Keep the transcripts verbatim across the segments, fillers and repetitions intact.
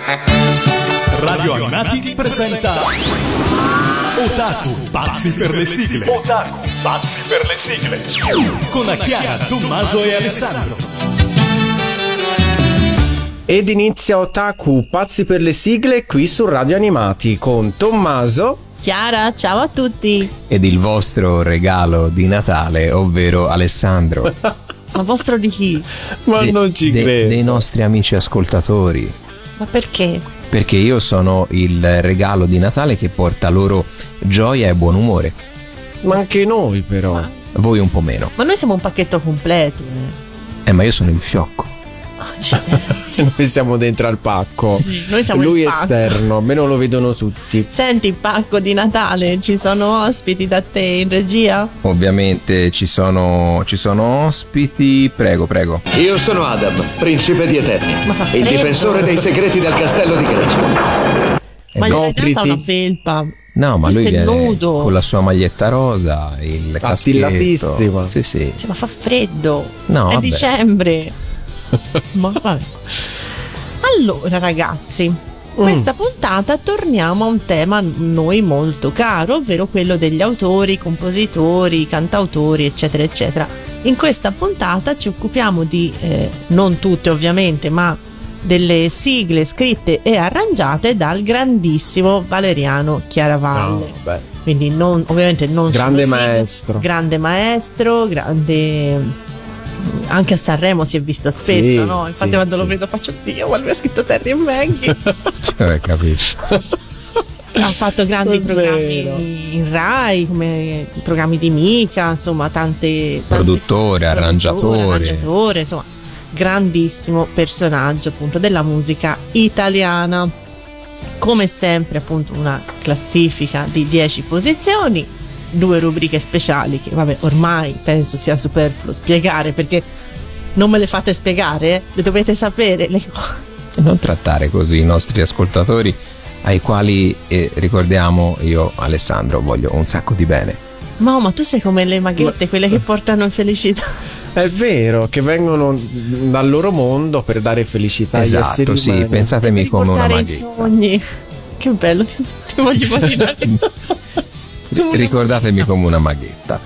Radio Animati presenta Otaku, pazzi per le sigle. Otaku, pazzi per le sigle. Con Chiara, Tommaso e Alessandro. Ed inizia Otaku, pazzi per le sigle qui su Radio Animati con Tommaso, Chiara, ciao a tutti. Ed il vostro regalo di Natale, ovvero Alessandro. Ma vostro di chi? Ma De- non ci de- credo. Dei nostri amici ascoltatori. Ma perché? Perché io sono il regalo di Natale che porta loro gioia e buon umore. Ma anche noi però. Ma, Voi un po' meno. ma noi siamo un pacchetto completo. Eh. Eh, ma io sono il fiocco. Oh, cioè, Noi siamo dentro al pacco. sì, noi siamo Lui il è pacco. esterno, almeno lo vedono tutti. Senti il pacco di Natale, ci sono ospiti da te in regia? Ovviamente ci sono, ci sono ospiti. Prego, prego. Io sono Adam, principe di Eternia, Ma fa il freddo. difensore dei segreti del castello di Grayskull. Ma gli hai copriti. data una felpa? No, ma Questo lui è viene nudo. con la sua maglietta rosa, il caschetto. Attillatissima. Sì, sì. Cioè, ma fa freddo. No, è vabbè. dicembre. Ma vabbè. Allora, ragazzi, questa puntata torniamo a un tema a noi molto caro, ovvero quello degli autori, compositori, cantautori, eccetera, eccetera. In questa puntata ci occupiamo di, eh, non tutte ovviamente, ma delle sigle scritte e arrangiate dal grandissimo Valeriano Chiaravalle. No, beh. Quindi non, ovviamente non Grande solo sigle, maestro. grande maestro, grande. Anche a Sanremo si è visto spesso, Sì, no? Infatti sì, quando sì. lo vedo faccio Dio, ma lui ha scritto Terry e Maggie. Cioè, capisci? Ha fatto grandi È programmi vero. in Rai, come i programmi di Mica, insomma, tante, tante Produttore, arrangiatore. arrangiatore, insomma, grandissimo personaggio appunto della musica italiana. Come sempre, appunto, una classifica di dieci posizioni, due rubriche speciali che, vabbè, ormai penso sia superfluo spiegare perché non me le fate spiegare, eh? Le dovete sapere le cose. Non trattare così i nostri ascoltatori, ai quali eh, ricordiamo, io Alessandro voglio un sacco di bene. Ma, ma tu sei come le maghette, Ma- quelle che portano felicità. È vero che vengono dal loro mondo per dare felicità agli Esatto, esseri sì, umani. pensatemi Per come una ricordare i maghetta. sogni. Che bello, ti, ti voglio immaginare. Ricordatemi come una maghetta.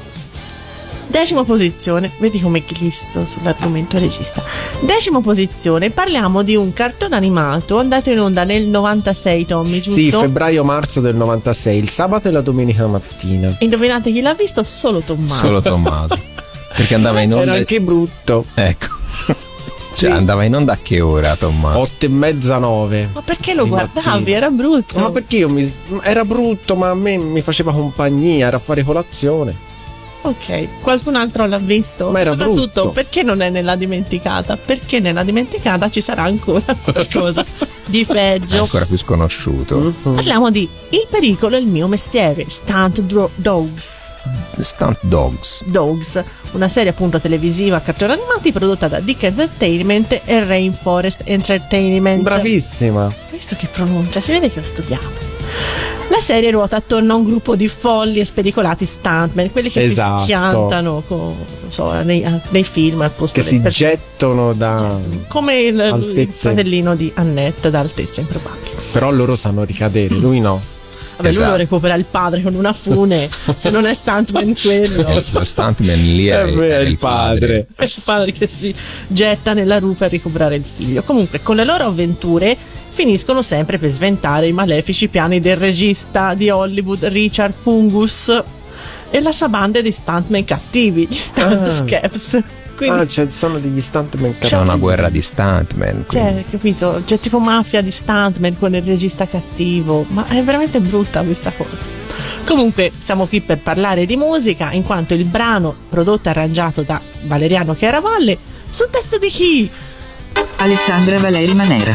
Decima posizione, vedi come glisso sull'argomento regista. Decima posizione, parliamo di un cartone animato andato in onda nel novantasei, Tommy, giusto? Sì, febbraio-marzo del novantasei, il sabato e la domenica mattina. Indovinate chi l'ha visto? Solo Tommaso. Solo Tommaso. Perché andava in onda. Era anche brutto. Ecco. Sì. Cioè, andava in onda a che ora, Tommaso? Otto e mezza, nove. Ma perché lo Di guardavi? mattina. Era brutto. Ma perché io mi... Era brutto, ma a me mi faceva compagnia, era a fare colazione. Ok, qualcun altro l'ha visto? Ma era Soprattutto, brutto. perché non è nella dimenticata? Perché nella dimenticata ci sarà ancora qualcosa di peggio. Ancora più sconosciuto. Mhm. Parliamo di Il pericolo è il mio mestiere, Stunt Dro- Dogs. Stunt Dogs. Dogs, una serie appunto televisiva a cartoni animati prodotta da Dick Entertainment e Rainforest Entertainment. Bravissima. Visto che pronuncia, si vede che ho studiato. La serie ruota attorno a un gruppo di folli e spericolati stuntman, quelli che Esatto. si schiantano con, non so, nei, nei film al posto Che delle si persone. gettano da... Come il, il altezze. fratellino di Annette da Altezza Improbabili. Però loro sanno ricadere, lui no. Vabbè, Esatto. lui lo recupera il padre con una fune. Se non è stuntman quello. Lo stuntman lì è, Eh, beh, è il padre. È il padre che si getta nella rupe per recuperare il figlio. Comunque, con le loro avventure finiscono sempre per sventare i malefici piani del regista di Hollywood Richard Fungus e la sua banda di stuntman cattivi, gli stunt Ah. scaps. Quindi, Ah, cioè sono degli stuntman C'è cattivi. una guerra di stuntman. quindi- cioè, capito? C'è tipo mafia di stuntman con il regista cattivo, ma è veramente brutta questa cosa. Comunque siamo qui per parlare di musica, in quanto il brano prodotto e arrangiato da Valeriano Chiaravalle sul testo di chi? Alessandra Valeri Manera.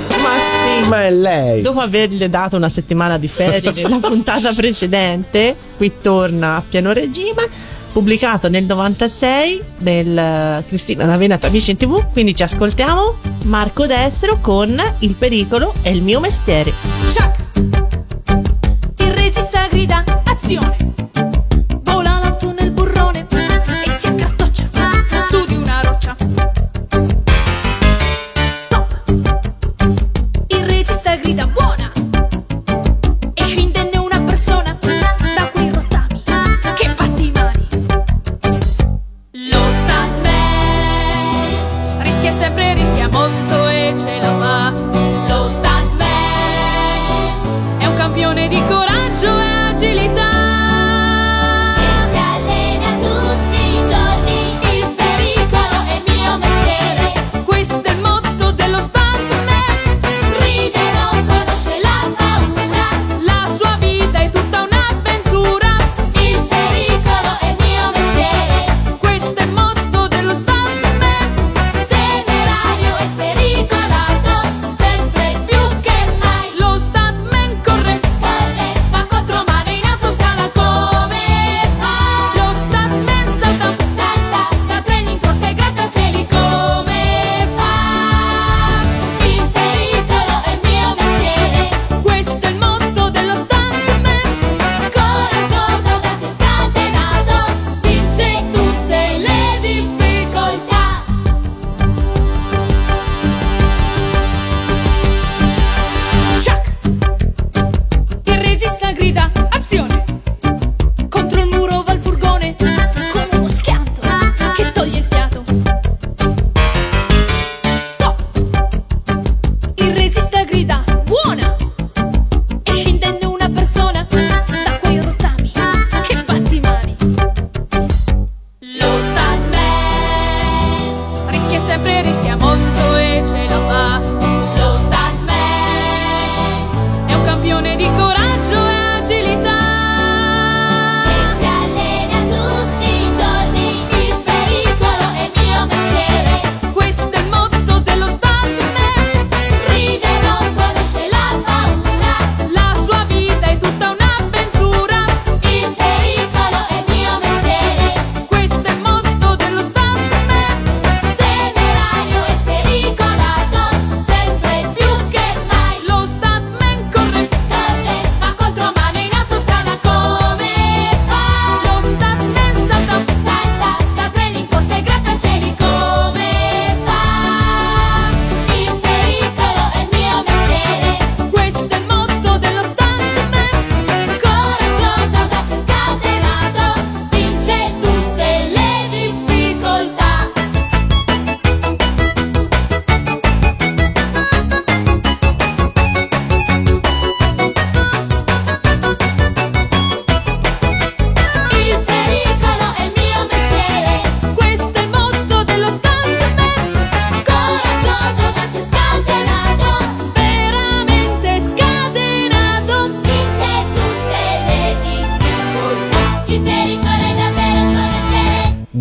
Ma sì, Ma è lei. dopo avergli dato una settimana di ferie nella puntata precedente, qui torna a pieno regime. Pubblicato nel novantasei nel Cristina D'Avena tra Amici in tivù, quindi ci ascoltiamo Marco Destro con Il pericolo è il mio mestiere. Ciak! Il regista grida azione, vola l'auto nel burrone e si accartoccia su di una roccia. Stop! Il regista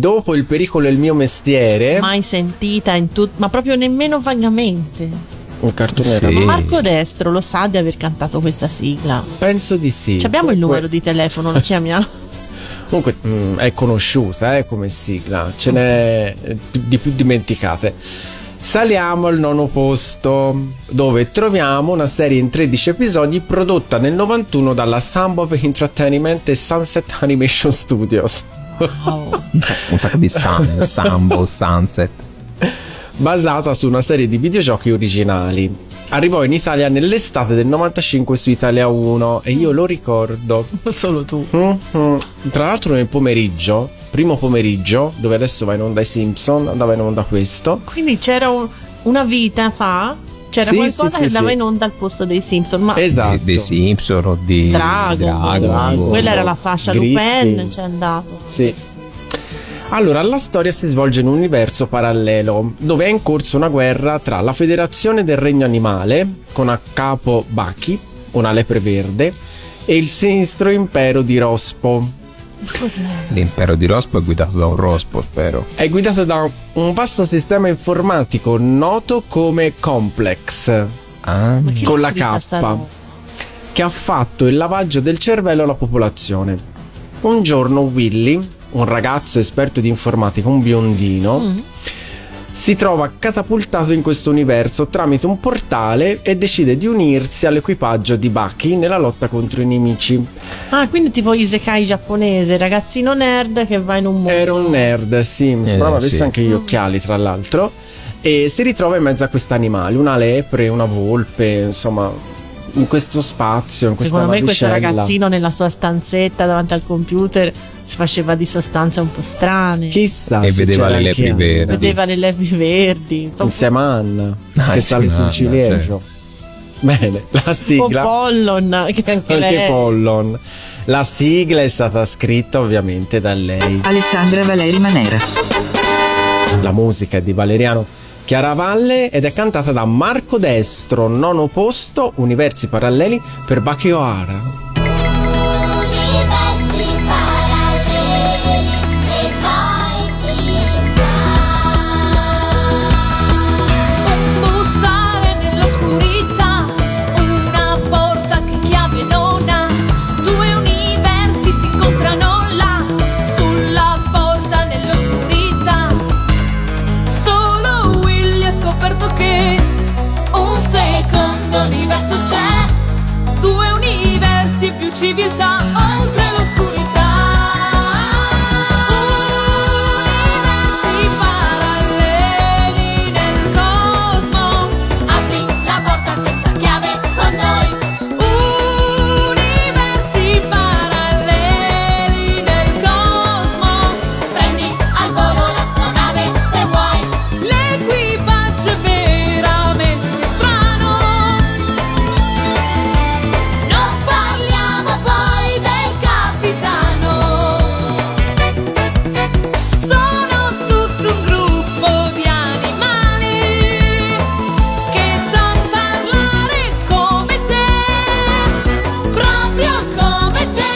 dopo Il pericolo è il mio mestiere, Mai sentita in tut- ma proprio nemmeno vagamente. un cartone Sì. era- Ma Marco Destro lo sa di aver cantato questa sigla? penso di sì. Ci abbiamo il Comunque- numero di telefono, lo chiamiamo. Comunque mh, è conosciuta eh, come sigla, ce n'è eh, di più dimenticate. Saliamo al nono posto, dove troviamo una serie in tredici episodi prodotta nel novantuno dalla Samba of Entertainment e Sunset Animation Studios, Wow. Un sacco, un sacco di sun, Sambo, Sunset. basata su una serie di videogiochi originali. Arrivò in Italia nell'estate del novantacinque su Italia uno e io lo ricordo. Solo tu. Mhm. Tra l'altro nel pomeriggio, primo pomeriggio, dove adesso va in onda i Simpson, andava in onda questo. Quindi c'era un- una vita fa, c'era Sì, qualcosa sì, che sì, andava sì. in onda al posto dei Simpson, ma Esatto. Dei Simpson o di Dragon, Ball, Dragon quella Ball, era la fascia Griffin. Lupin, c'è andato. Sì. Allora, la storia si svolge in un universo parallelo dove è in corso una guerra tra la Federazione del Regno Animale, con a capo Bucky, una lepre verde, e il sinistro impero di Rospo. Cos'è? L'impero di Rospo è guidato da un Rospo, spero. È guidato da un vasto sistema informatico noto come Complex, Ah, Ma chi con l'ha la scritta K, sta roba? che ha fatto il lavaggio del cervello alla popolazione. Un giorno Willy, un ragazzo esperto di informatica, un biondino, Mm. si trova catapultato in questo universo tramite un portale e decide di unirsi all'equipaggio di Bucky nella lotta contro i nemici. Ah, quindi tipo Isekai giapponese, ragazzino nerd che va in un mondo. Era un nerd, sì, mi sembrava avesse sì. anche gli occhiali tra l'altro, e si ritrova in mezzo a questi animali, una lepre, una volpe, insomma, in questo spazio, in questa Secondo me questo navicella. ragazzino nella sua stanzetta davanti al computer si faceva di sostanze un po' strane. Chissà E se vedeva c'era le anche lepri Anna. verdi. Vedeva le levi verdi. insomma, Insieme a Anna, Ah, che sale insieme a sul Anna, ciliegio. Bene, la un po' sigla. Pollon, che anche, Anche lei. Pollon. La sigla è stata scritta ovviamente da lei. Alessandra Valeri Manera. La musica è di Valeriano Chiaravalle ed è cantata da Marco Destro, nono posto, Universi paralleli per Bucky O'Hara. Universi paralleli e poi chissà. Un bussare nell'oscurità, una porta che chiave non ha. Due universi si incontrano là, sulla porta nell'oscurità. Solo Willy ha scoperto che un secondo universo c'è, due universi e più civiltà oltre l'oscurità. Universi paralleli nel cosmo, apri la porta senza chiave con noi. Universi paralleli nel cosmo, prendi al volo l'astronave se vuoi. L'equipaggio è veramente strano. Non parliamo poi del capitano. Sono tutto un gruppo di animali che san parlare come te, proprio come te.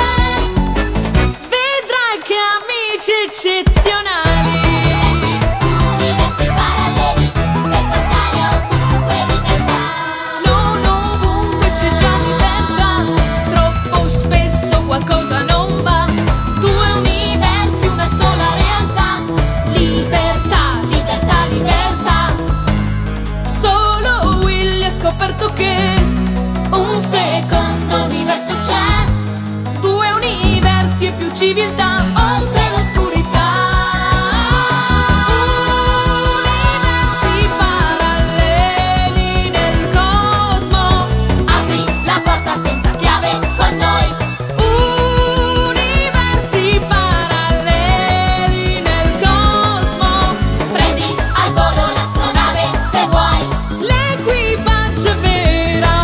Vedrai che amici eccezionali. Universi paralleli per portare ovunque libertà. Non ovunque c'è già libertà, troppo spesso qualcosa non va. Due universi, una sola realtà. Libertà, libertà, libertà. Solo Willy ha scoperto che un secondo universo c'è, due universi e più civiltà oltre l'oscurità. Universi paralleli nel cosmo, apri la porta senza chiave con noi. Universi paralleli nel cosmo, prendi al volo l'astronave se vuoi. L'equipaggio è veramente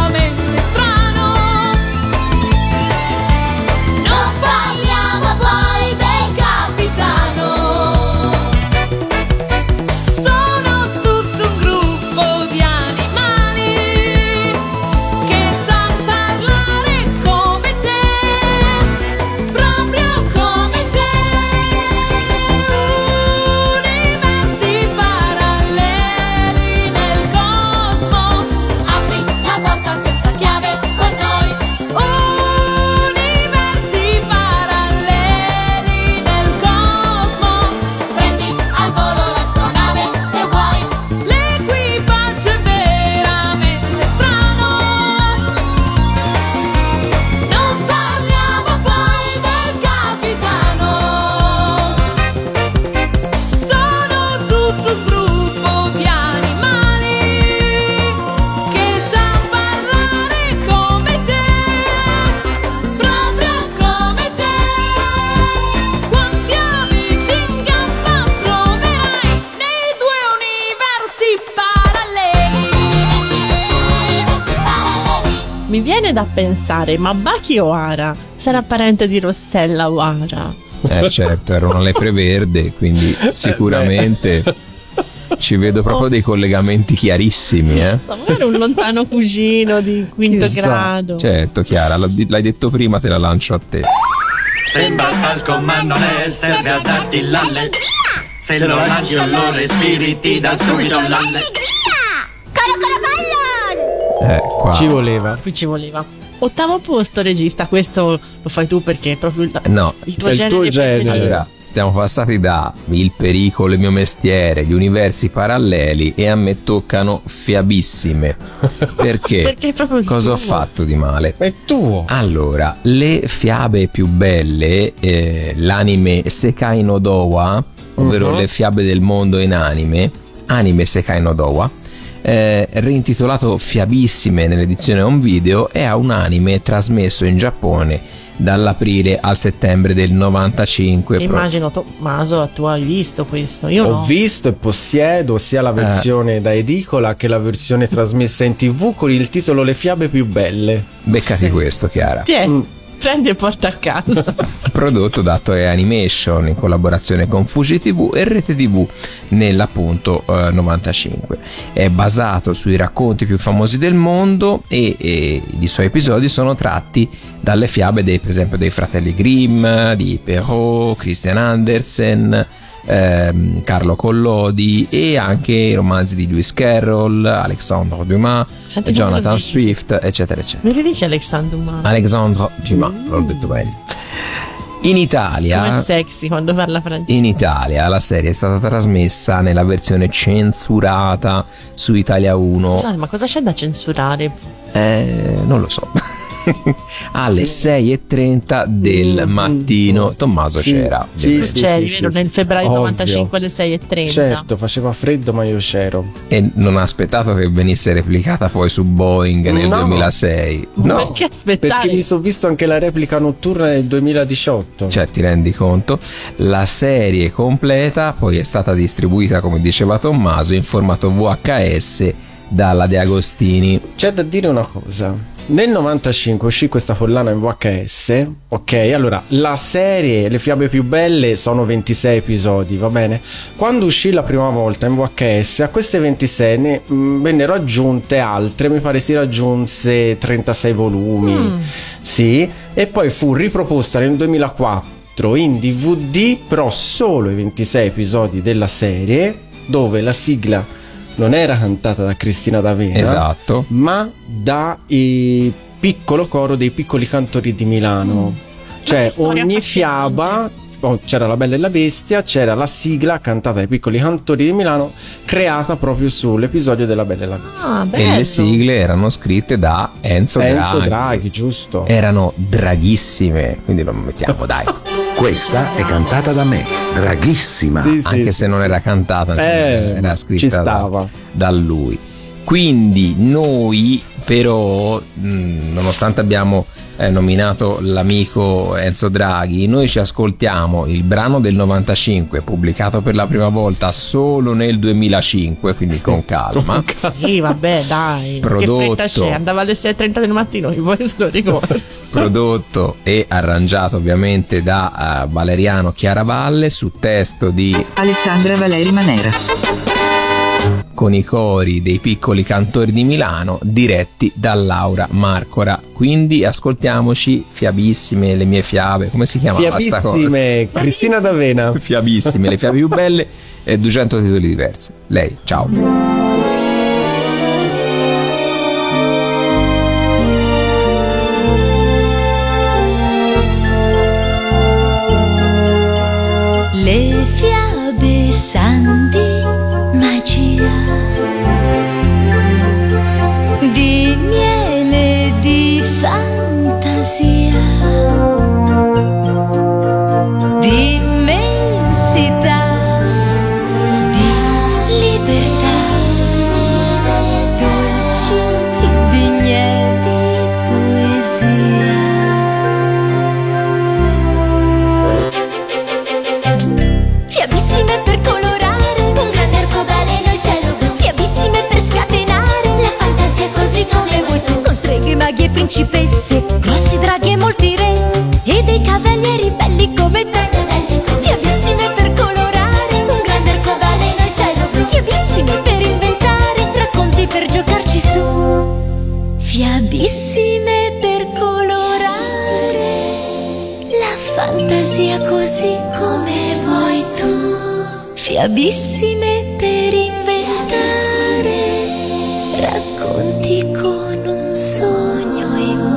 Mi viene da pensare, ma Baki O'Hara sarà parente di Rossella O'Hara? Eh certo, era una lepre verde, quindi sicuramente ci vedo proprio dei collegamenti chiarissimi, eh? So, magari un lontano cugino di quinto Chissà. grado. Certo, Chiara, l'hai detto prima, te la lancio a te. Sembra talco ma non è, serve a darti l'alle. Se lo lanci o lo respiri ti dà subito l'alle. Eh, qua. Ci voleva. Qui ci voleva. Ottavo posto, regista, questo lo fai tu perché è proprio il, No, il tuo è il genere tuo genere. preferito. Allora, siamo passati da Il pericolo, il mio mestiere, gli universi paralleli e a me toccano fiabissime. Perché? Perché è proprio il Cosa ho tuo. fatto di male? È tuo. Allora, le fiabe più belle, eh, l'anime Sekai no Dowa, ovvero Mhm. le fiabe del mondo in anime, anime Sekai no Dowa, eh, reintitolato Fiabissime nell'edizione home video, è un anime trasmesso in Giappone dall'aprile al settembre del novantacinque. pro- Immagino, Tommaso, tu hai visto questo? Io Ho no. visto e possiedo sia la versione da edicola che la versione trasmessa in tv con il titolo Le fiabe più belle. Beccati Sì. questo, Chiara. Tieni, prendi e porta a casa. Prodotto da Toei Animation in collaborazione con Fuji tivù e Rete tivù nell'appunto eh, novantacinque. È basato sui racconti più famosi del mondo e, e i suoi episodi sono tratti dalle fiabe dei, per esempio dei fratelli Grimm, di Perrault, Christian Andersen, ehm, Carlo Collodi e anche i romanzi di Lewis Carroll, Alexandre Dumas, Senti come lo Jonathan dici. Swift, eccetera eccetera. Mi ridici Alexandre Dumas? Alexandre Dumas, l'ho detto bene. In Come Italia, sexy quando parla francese. in Italia la serie è stata trasmessa nella versione censurata su Italia uno. Scusate, ma cosa c'è da censurare? Eh, non lo so. Alle sei e trenta del mattino. Tommaso Sì, c'era. sì, ovviamente. sì. C'eri, vero? Nel febbraio Ovvio. novantacinque alle sei e trenta. Certo, faceva freddo ma io c'ero. E non ha aspettato che venisse replicata poi su Boeing nel No. duemilasei. No, Perché aspettare? Perché mi sono visto anche la replica notturna del duemiladiciotto. cioè ti rendi conto? La serie completa poi è stata distribuita, come diceva Tommaso, in formato V H S dalla De Agostini. C'è da dire una cosa. Nel novantacinque uscì questa collana in V H S, ok? Allora, la serie Le fiabe più belle sono ventisei episodi, va bene? Quando uscì la prima volta in V H S, a queste ventisei ne mh, vennero aggiunte altre, mi pare si raggiunse trentasei volumi, Mm. sì? E poi fu riproposta nel duemilaquattro in D V D, però solo i ventisei episodi della serie, dove la sigla non era cantata da Cristina D'Avena, Esatto. ma da il piccolo coro dei piccoli cantori di Milano. che Cioè storia ogni affascinante. fiaba, oh, c'era La Bella e la Bestia, c'era la sigla cantata dai piccoli cantori di Milano, creata proprio sull'episodio della Bella e la Bestia. Ah, E bello. le sigle erano scritte da Enzo, Enzo Draghi. Draghi, giusto? Erano draghissime, quindi lo mettiamo, dai. Questa è cantata da me, draghissima. Sì, sì, Anche sì, se non sì. era cantata, insomma, Eh, era ci scritta da, stava. da lui. Quindi noi però, mh, nonostante abbiamo eh, nominato l'amico Enzo Draghi, noi ci ascoltiamo il brano del novantacinque pubblicato per la prima volta solo nel duemilacinque, quindi con calma. Sì, vabbè, dai. Prodotto. Che fretta c'è? Andava alle sei e trenta del mattino, che voi se lo ricordo. Prodotto e arrangiato ovviamente da uh, Valeriano Chiaravalle su testo di Alessandra Valeri Manera. con i cori dei piccoli cantori di Milano diretti da Laura Marcora. Quindi ascoltiamoci Fiabissime, le mie fiabe, come si chiamava sta cosa? Fiabissime, Cristina D'Avena. Fiabissime, le fiabe più belle e duecento titoli diversi. Lei, ciao. Le fiabe san di magia, di miele, di fantasia, di immensità, di libertà, dolci vigneti, poesia. Fiabe sia così come vuoi tu. Fiabissime per inventare racconti con un sogno in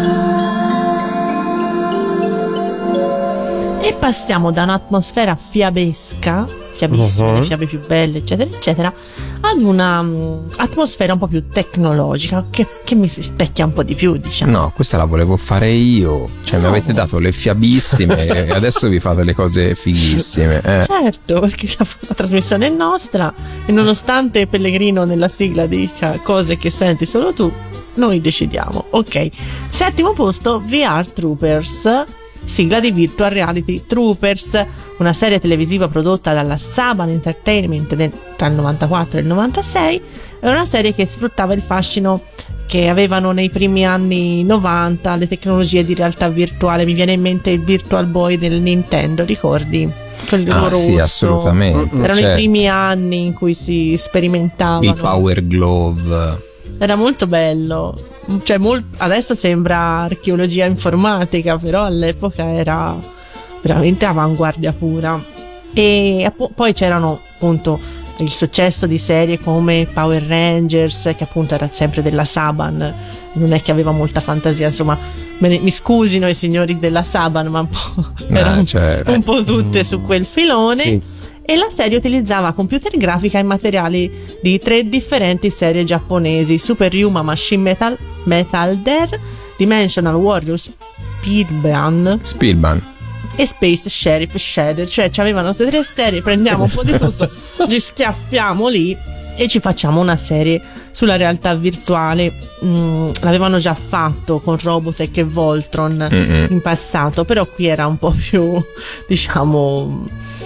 più. E passiamo da un'atmosfera fiabesca, fiabissime, Uh-huh. le fiabe più belle, eccetera, eccetera, ad una um, atmosfera un po' più tecnologica che, che mi si specchia un po' di più, diciamo. No, questa la volevo fare io. Cioè, mi No. avete dato le fiabissime e adesso vi fate le cose fighissime. Eh. Certo, perché la, la trasmissione è nostra e nonostante Pellegrino nella sigla dica cose che senti solo tu, noi decidiamo. Ok, settimo posto, V R Troopers, sigla di Virtual Reality Troopers, una serie televisiva prodotta dalla Saban Entertainment nel- tra il novantaquattro e il novantasei. È una serie che sfruttava il fascino che avevano nei primi anni novanta le tecnologie di realtà virtuale. Mi viene in mente il Virtual Boy del Nintendo, ricordi? Quello Ah, rosso. sì, assolutamente. Erano Certo. i primi anni in cui si sperimentavano. Il Power Glove. Era molto bello. Cioè, mol- adesso sembra archeologia informatica, però all'epoca era veramente avanguardia pura. E appo- poi c'erano appunto il successo di serie come Power Rangers, che appunto era sempre della Saban, non è che aveva molta fantasia, insomma. Me ne- mi scusino i signori della Saban, ma un po', Ah, erano cioè, un po' tutte su quel filone. Sì. E la serie utilizzava computer grafica e materiali di tre differenti serie giapponesi: Superhuman Machine Metal, Metalder, Dimensional Warrior Speedrun Speedman. e Space Sheriff Shader. Cioè ci avevano queste tre serie, prendiamo un po' di tutto, li schiaffiamo lì e ci facciamo una serie sulla realtà virtuale. Mm, l'avevano già fatto con Robotech e Voltron Mm-mm. in passato, però qui era un po' più, diciamo,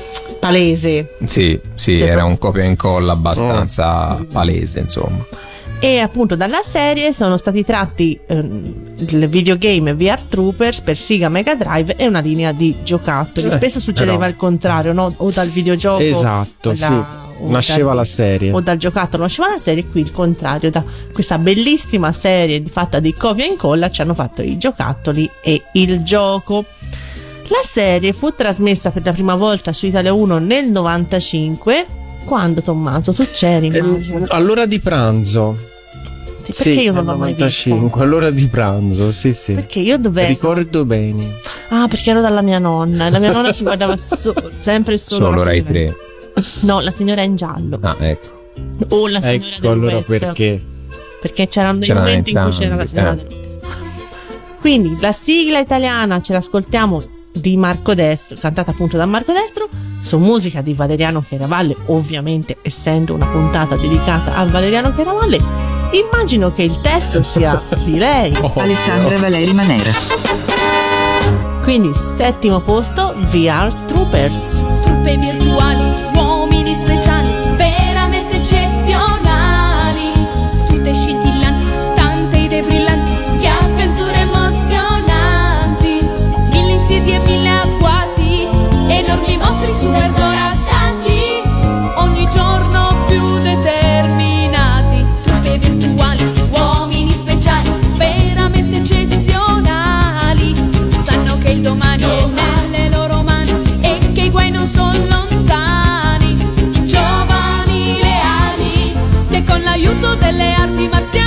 palese. Sì, sì, Cioè, era proprio- un copia e incolla abbastanza palese, insomma. E appunto dalla serie sono stati tratti ehm, il videogame V R Troopers per Sega Mega Drive e una linea di giocattoli. Eh, Spesso succedeva però. il contrario, no? O dal videogioco Esatto, o sì. da- o Nasceva dal- la serie. o dal giocattolo nasceva la serie. Qui il contrario, da questa bellissima serie fatta di copia e incolla ci hanno fatto i giocattoli e il gioco. La serie fu trasmessa per la prima volta su Italia uno nel novantacinque. Quando, Tommaso? Tu c'eri, immagino. Eh, all'ora di pranzo. Sì, perché io non nel l'ho mai vista? novantacinque, all'ora di pranzo, sì, sì. Perché io dove? Ricordo bene. Ah, perché ero dalla mia nonna. La mia nonna si guardava so- sempre e solo. Solo la Rai signora- tre. No, la signora in giallo. Ah, ecco. O la signora Ecco del allora West. perché. Perché c'erano dei C'erano momenti in cui c'era la entrambi, signora eh. del West. Quindi la sigla italiana ce l'ascoltiamo di Marco Destro, cantata appunto da Marco Destro, su musica di Valeriano Chiaravalle, ovviamente essendo una puntata dedicata a Valeriano Chiaravalle. Immagino che il testo sia di lei. Alessandra Valeri Manera. Quindi settimo posto, V R Troopers. Truppe virtuali, uomini speciali, veramente eccezionali. Tutte scintillanti, tante idee brillanti, che avventure emozionanti. Mille insidie e mille agguati, enormi mostri super corazzanti, ogni giorno più determinati. Truppe virtuali, uomini speciali, veramente eccezionali. Sanno che il domani è nelle loro mani e che i guai non sono lontani. Giovani leali che con l'aiuto delle arti marziali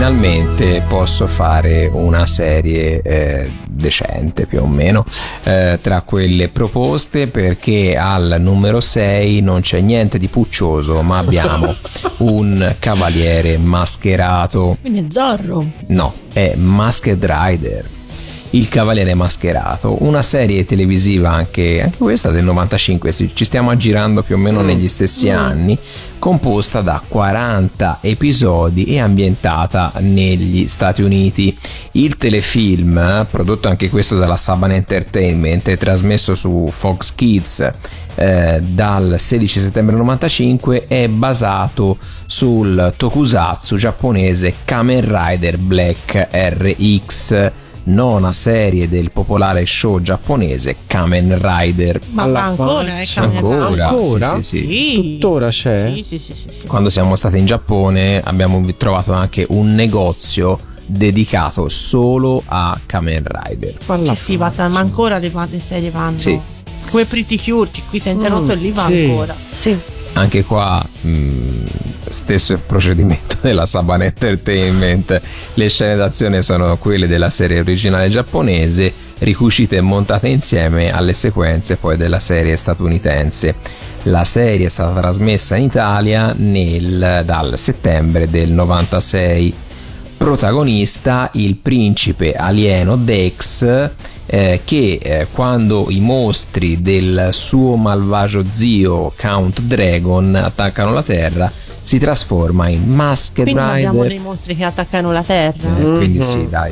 finalmente posso fare una serie eh, decente più o meno eh, tra quelle proposte, perché al numero sei non c'è niente di puccioso, ma abbiamo un cavaliere mascherato. Quindi è Zorro. No, è Masked Rider, il cavaliere mascherato, una serie televisiva anche, anche questa del novantacinque, ci stiamo aggirando più o meno negli stessi anni, composta da quaranta episodi e ambientata negli Stati Uniti. Il telefilm, prodotto anche questo dalla Saban Entertainment e trasmesso su Fox Kids eh, dal sedici settembre novantacinque, è basato sul tokusatsu giapponese Kamen Rider Black R X, nona serie del popolare show giapponese Kamen Rider. Ma va ancora, eh, Kamen ancora, Rider. Ancora? Sì, sì, sì. Sì. Tuttora c'è? Sì, sì, sì, sì, sì. Quando siamo stati in Giappone abbiamo trovato anche un negozio dedicato solo a Kamen Rider. Sì, sì, va, ma ancora le, le serie vanno. Sì. Come Pretty Cure, che qui si è interrotto e lì va sì. ancora. Sì. Anche qua mh, stesso procedimento della Saban Entertainment, le scene d'azione sono quelle della serie originale giapponese, ricucite e montate insieme alle sequenze poi della serie statunitense. La serie è stata trasmessa in Italia nel, dal settembre del novantasei. Protagonista il principe alieno Dex, eh, che eh, quando i mostri del suo malvagio zio Count Dragon attaccano la Terra si trasforma in Masked Quindi Rider. abbiamo dei mostri che attaccano la terra. Eh, quindi sì, dai.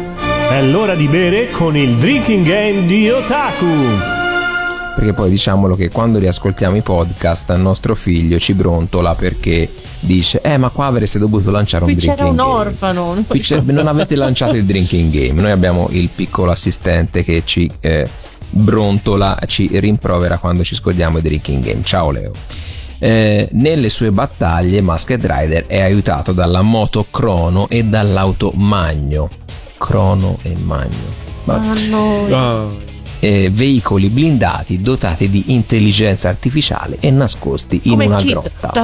È l'ora di bere con il drinking game di Otaku. Perché poi diciamolo che quando riascoltiamo i podcast nostro figlio ci brontola perché dice eh ma qua avreste dovuto lanciare un Qui drinking c'era un game. orfano. Non, Qui c'è, non avete lanciato il drinking game. Noi abbiamo il piccolo assistente che ci eh, brontola, ci rimprovera quando ci scordiamo il drinking game. Ciao Leo. Eh, nelle sue battaglie Masked Rider è aiutato dalla moto Crono e dall'auto Magno. Crono e Magno. Ah, no. Oh. Eh, veicoli blindati dotati di intelligenza artificiale e nascosti in Come una Kid. grotta.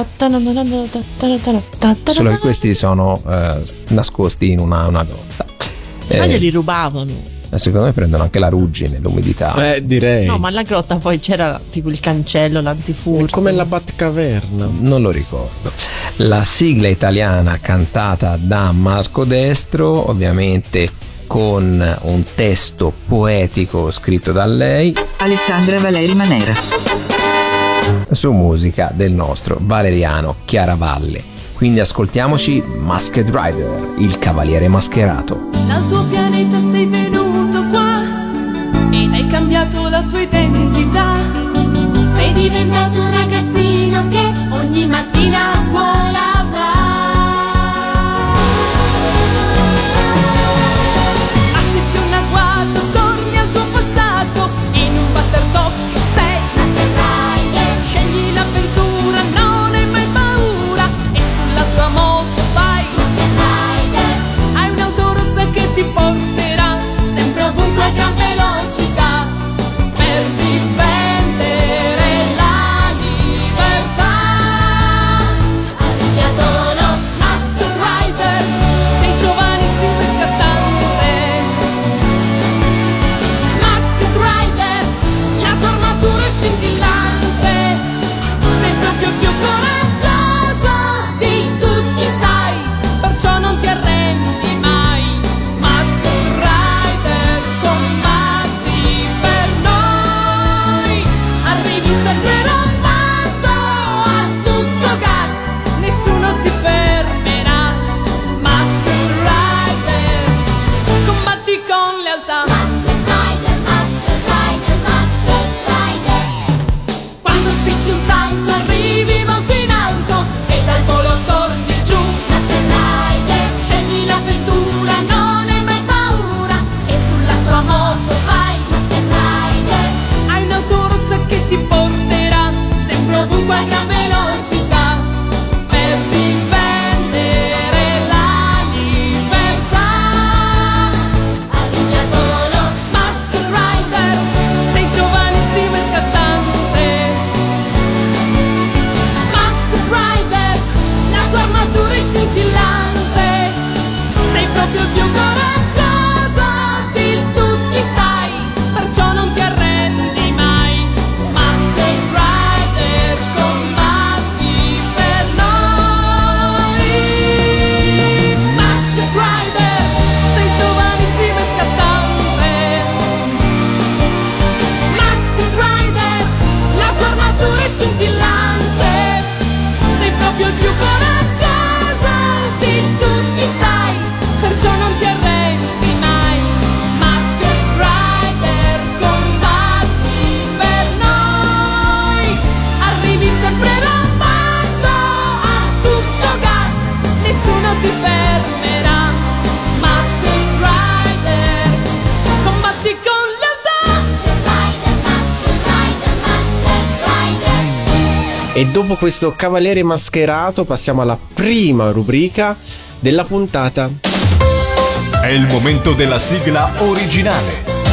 Solo che questi sono eh, nascosti in una, una grotta. Se meglio Eh, li rubavano. secondo me prendono anche la ruggine, l'umidità. Eh, direi. No, ma alla grotta poi c'era tipo il cancello, l'antifurto. Come la Batcaverna. Non lo ricordo. La sigla italiana cantata da Marco Destro, ovviamente con un testo poetico scritto da lei, Alessandra Valeri Manera. su musica del nostro Valeriano Chiaravalle. Quindi ascoltiamoci Masked Rider, il cavaliere mascherato. Dal tuo pianeta sei venuto qua ed hai cambiato la tua identità. Sei diventato un ragazzino che ogni mattina a scuola va. Ma se c'è un agguato torni al tuo passato, in un batter d'occhio sei Masked Rider. Scegli l'avventura, non hai mai paura e sulla tua moto vai Masked Rider. Hai un'auto rossa che ti porterà sempre ovunque a gran velocità per difendere la libertà. Arrivi a Torino E dopo questo cavaliere mascherato passiamo alla prima rubrica della puntata. È il momento della sigla originale.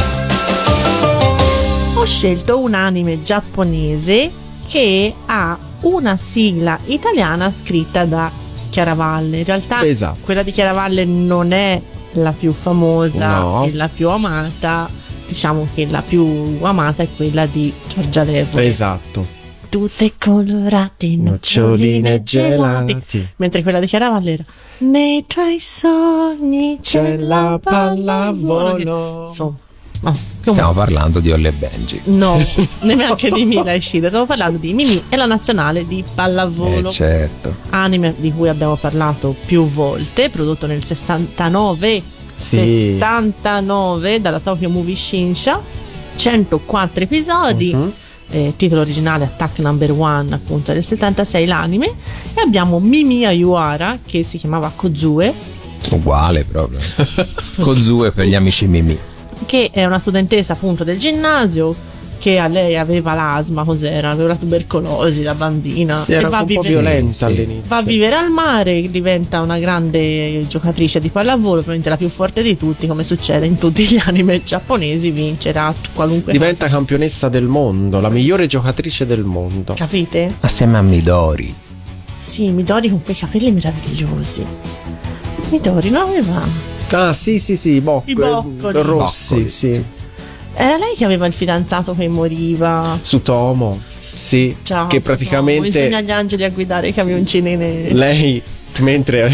Ho scelto un anime giapponese che ha una sigla italiana scritta da Chiaravalle. In realtà esatto. Quella di Chiaravalle non è la più famosa no. e la più amata. Diciamo che la più amata è quella di Giorgia Levoli. Esatto. Tutte colorate, noccioline gelati. gelati. Mentre quella di Chiaravalle era nei tuoi sogni c'è la pallavolo. Insomma, no, stiamo parlando di Holly e Benji. no, neanche di Mila e Shida. Stiamo parlando di Mimì e la nazionale di pallavolo. Eh certo. Anime di cui abbiamo parlato più volte, prodotto nel sessantanove Sì. sessantanove dalla Tokyo Movie Shinsha, centoquattro episodi. Uh-huh. Eh, titolo originale Attack Number One, appunto del settantasei l'anime. E abbiamo Mimi Ayuara che si chiamava Kozue, Uguale proprio. Kozue per gli amici Mimi. che è una studentessa appunto del ginnasio, che a lei aveva l'asma, cos'era? Aveva la tubercolosi da bambina. Sì, era e va un po' vivere, violenta sì. all'inizio. va a vivere al mare, diventa una grande giocatrice di pallavolo, probabilmente la più forte di tutti, come succede in tutti gli anime giapponesi, vincerà qualunque Diventa cosa. campionessa del mondo, la migliore giocatrice del mondo. Capite? Assieme a Midori. Sì, Midori con quei capelli meravigliosi. Midori non aveva. Ah sì sì sì, Bocco, I boccoli. eh, Rossi, Boccoli. sì. Era lei che aveva il fidanzato che moriva. Sutomo, sì, Ciao, che praticamente insegna agli angeli a guidare i camioncini neri. lei mentre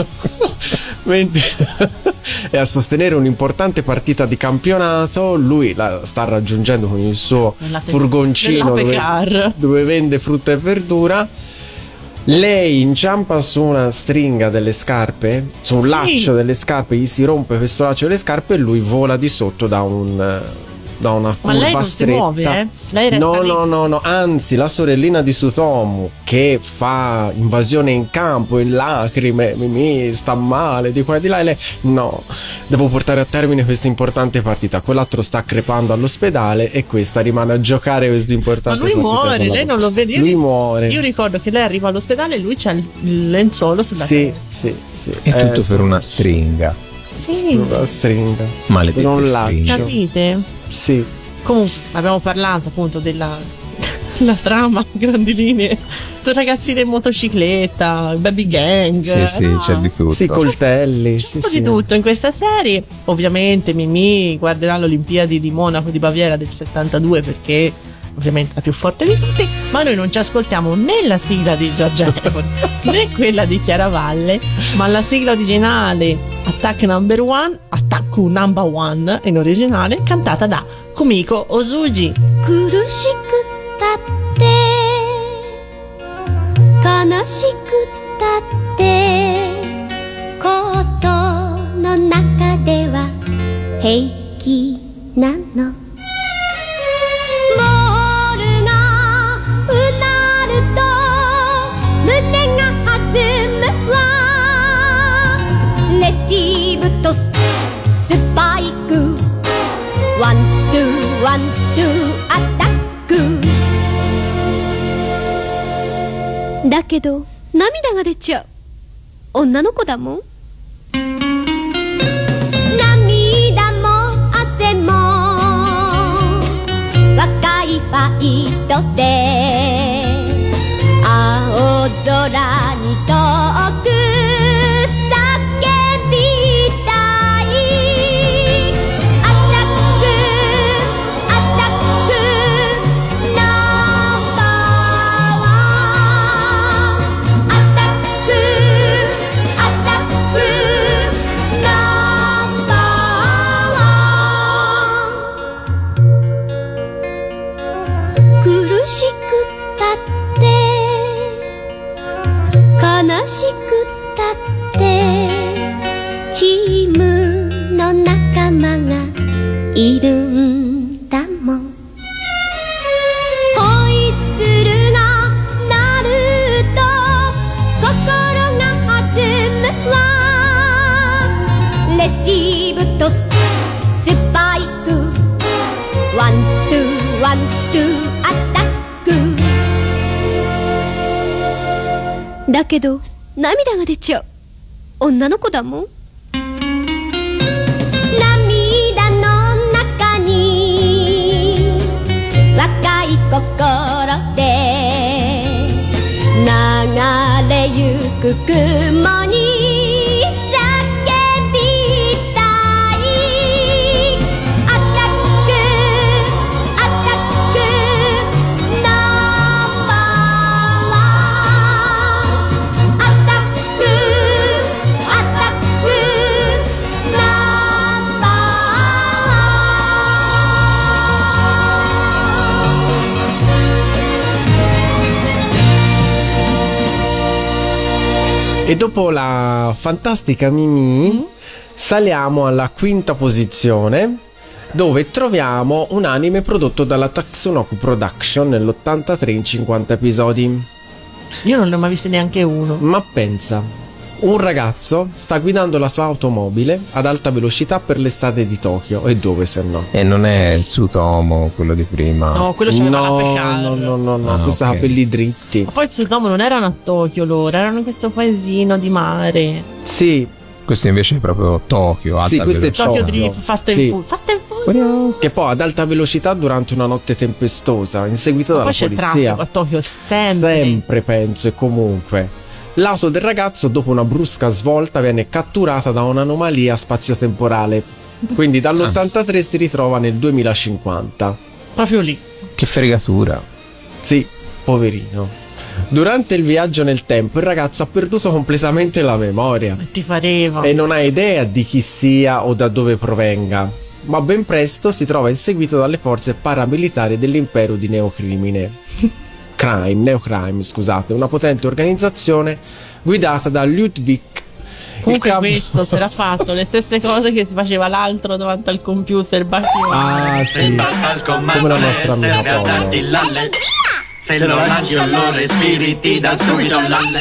mentre è a sostenere un'importante partita di campionato, lui la sta raggiungendo con il suo Nell'ape- furgoncino nell'ape dove, car. dove vende frutta e verdura. Lei inciampa su una stringa delle scarpe, su un Sì. laccio delle scarpe, gli si rompe questo laccio delle scarpe e lui vola di sotto da un da una curva Ma lei non si stretta. muove, eh? Lei resta no, lì. no, no, no, anzi, la sorellina di Sutomu che fa invasione in campo in lacrime, Mimì sta male di qua e di là, e lei no, devo portare a termine questa importante partita. Quell'altro sta crepando all'ospedale e questa rimane a giocare questa Ma importante lui partita. muore, con la- lei non lo vede. Io Lui ri- muore. Io ricordo che lei arriva all'ospedale e lui c'ha il- il lenzuolo sulla Sì, testa. sì, sì. È Eh, tutto sì. per una stringa. Sì, Una stringa. Maledette Per un stringhe. laccio. capite? Sì. Comunque abbiamo parlato appunto della la trama a grandi linee, due ragazzine in motocicletta, baby gang, Sì, sì, no? c'è di tutto. Sì, coltelli. C'è Sì, un po' sì. di tutto in questa serie. Ovviamente Mimì guarderà le Olimpiadi di Monaco di Baviera del settantadue perché ovviamente la più forte di tutti, ma noi non ci ascoltiamo né la sigla di Giorgia Levoli né quella di Chiaravalle, ma la sigla originale Attack Number One, Attacku Number One in originale, cantata da Kumiko Osuji. 苦しくたって悲しくたってことの中では平気なのボールがうなると胸が弾むわレシーブとスパイクワンツーワンツーアタックだけど涙が出ちゃう女の子だもん涙も汗も若いファイトで青空に遠く叫びたいアタックアタックナンバーワンアタックアタックナンバーワン苦しくたって悲しくたってチームの仲間がいるんだもんホイッスルが鳴ると心が弾むわレシーブとスパイクワンツーワンツーアタックだけど涙が出ちゃう女の子だもん涙の中に若い心で流れゆく雲に E dopo la fantastica Mimì mm. saliamo alla quinta posizione, dove troviamo un anime prodotto dalla Tatsunoko Production nell'ottantatré in cinquanta episodi. Io non ne ho mai visto neanche uno. Ma pensa, un ragazzo sta guidando la sua automobile ad alta velocità per le strade di Tokyo, e dove se no? E non è il Tsutomu quello di prima? No, quello c'aveva no, la peccato. No, no, no, no, ah, questo okay. ha capelli dritti. Ma poi Tsutomu non erano a Tokyo loro, erano in questo paesino di mare. Sì. Questo invece è proprio Tokyo, alta sì, questo velocità. è Tokyo Tokyo. Drift, Fast and sì. Furious. Fast and Furious. Che poi ad alta velocità durante una notte tempestosa, inseguito Ma dalla poi c'è polizia. traffico a Tokyo sempre. Sempre penso, e comunque. L'auto del ragazzo, dopo una brusca svolta, viene catturata da un'anomalia spazio-temporale. Quindi dall'ottantatré si ritrova nel duemilacinquanta. Proprio lì. Che fregatura. Sì, poverino. Durante il viaggio nel tempo il ragazzo ha perduto completamente la memoria. Ti pareva. E non ha idea di chi sia o da dove provenga. Ma ben presto si trova inseguito dalle forze paramilitari dell'impero di Neocrimine. Crime, Neocrime, scusate, una potente organizzazione guidata da Ludwig. Comunque cap- questo si era fatto le stesse cose che si faceva l'altro davanti al computer. Ah sì, come la nostra amica Paola. Se lo lanci o lo respiri ti dà subito l'alle.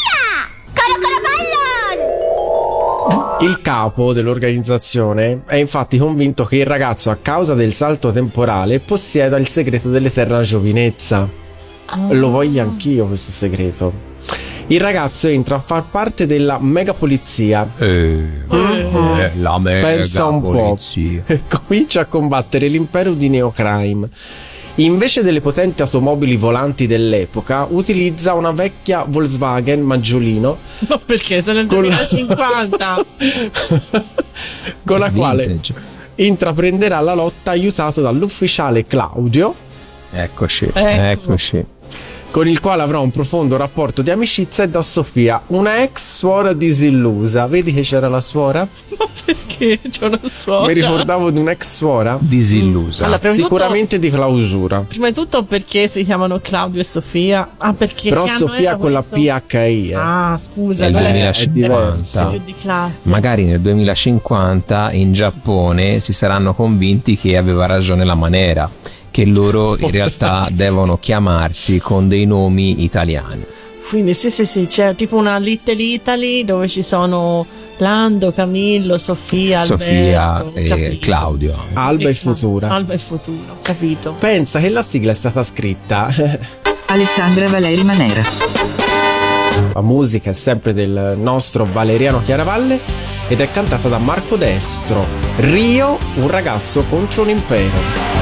Il capo dell'organizzazione è infatti convinto che il ragazzo, a causa del salto temporale, possieda il segreto dell'eterna giovinezza. Lo voglio anch'io questo segreto. Il ragazzo entra a far parte della mega polizia. Eh, eh, la mega Pensa un polizia. po'. E comincia a combattere l'impero di Neocrime. Invece delle potenti automobili volanti dell'epoca, utilizza una vecchia Volkswagen Maggiolino. Ma perché? Sono nel duemilacinquanta. Con la Vintage. quale intraprenderà la lotta aiutato dall'ufficiale Claudio. Eccoci, Ecco. eccoci. Con il quale avrà un profondo rapporto di amicizia, e da Sofia, una ex suora disillusa. Vedi che c'era la suora? Ma perché c'è una suora? Mi ricordavo di un'ex suora Disillusa. Allora, prima di tutto- sicuramente di clausura. Prima di tutto perché si chiamano Claudio e Sofia? Ah, perché Però che anno Sofia era con la questo? P H I eh. Ah, scusa, È il allora era- duemilacinquanta. era più di classe. Magari nel duemilacinquanta in Giappone si saranno convinti che aveva ragione la Manera, che loro in realtà devono chiamarsi con dei nomi italiani. Quindi sì, sì, sì, c'è tipo una Little Italy dove ci sono Lando, Camillo, Sofia, Sofia Alberto, e capito. Claudio. Alba e Eh, Futura. Alba e Futuro, capito. Pensa che la sigla è stata scritta. Alessandra Valeri Manera. La musica è sempre del nostro Valeriano Chiaravalle ed è cantata da Marco Destro. Rio, un ragazzo contro un impero.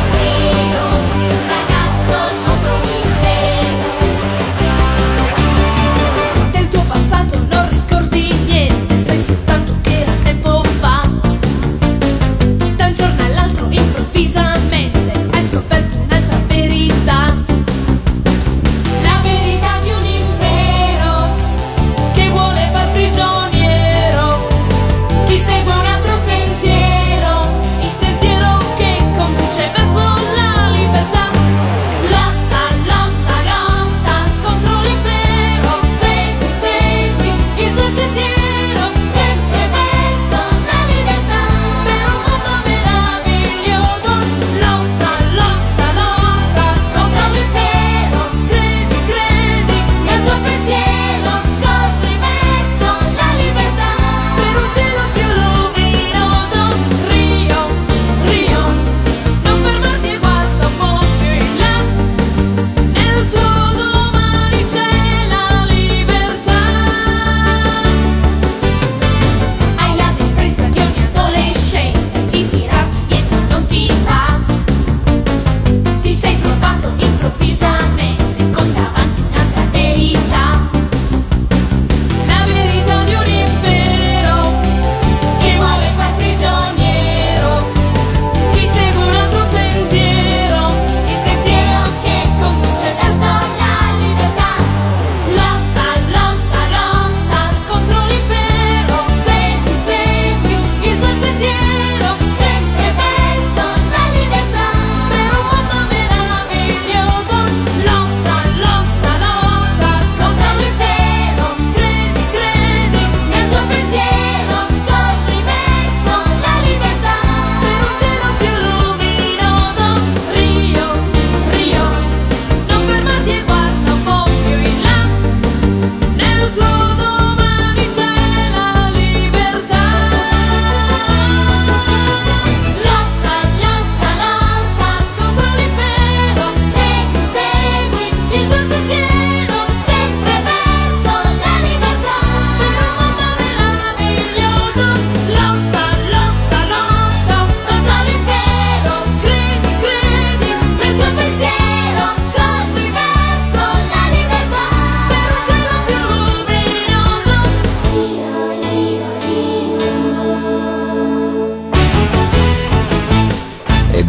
Del tuo passato non ricordi niente, sai soltanto che era tempo fa. Da un giorno all'altro improvvisamente hai scoperto un'altra verità. La verità di un impero che vuole far prigioniero chi segue un altro sentiero, il sentiero che conduce verso la libertà.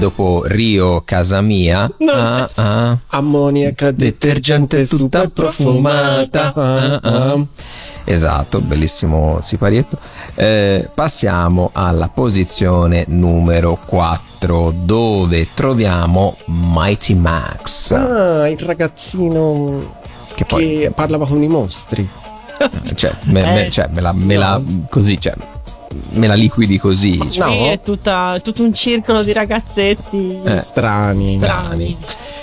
dopo Rio Casa Mia, No. ah, ah, Ammoniaca, detergente super profumata. Ah, ah. esatto, bellissimo siparietto. Eh, passiamo alla posizione numero quattro, dove troviamo Mighty Max, Ah, il ragazzino che che poi parlava con i mostri. cioè, me, me- Eh, cioè, me la, me la così, cioè, me la liquidi così, cioè, Qui è tutta, tutto un circolo di ragazzetti Eh. Strani. strani.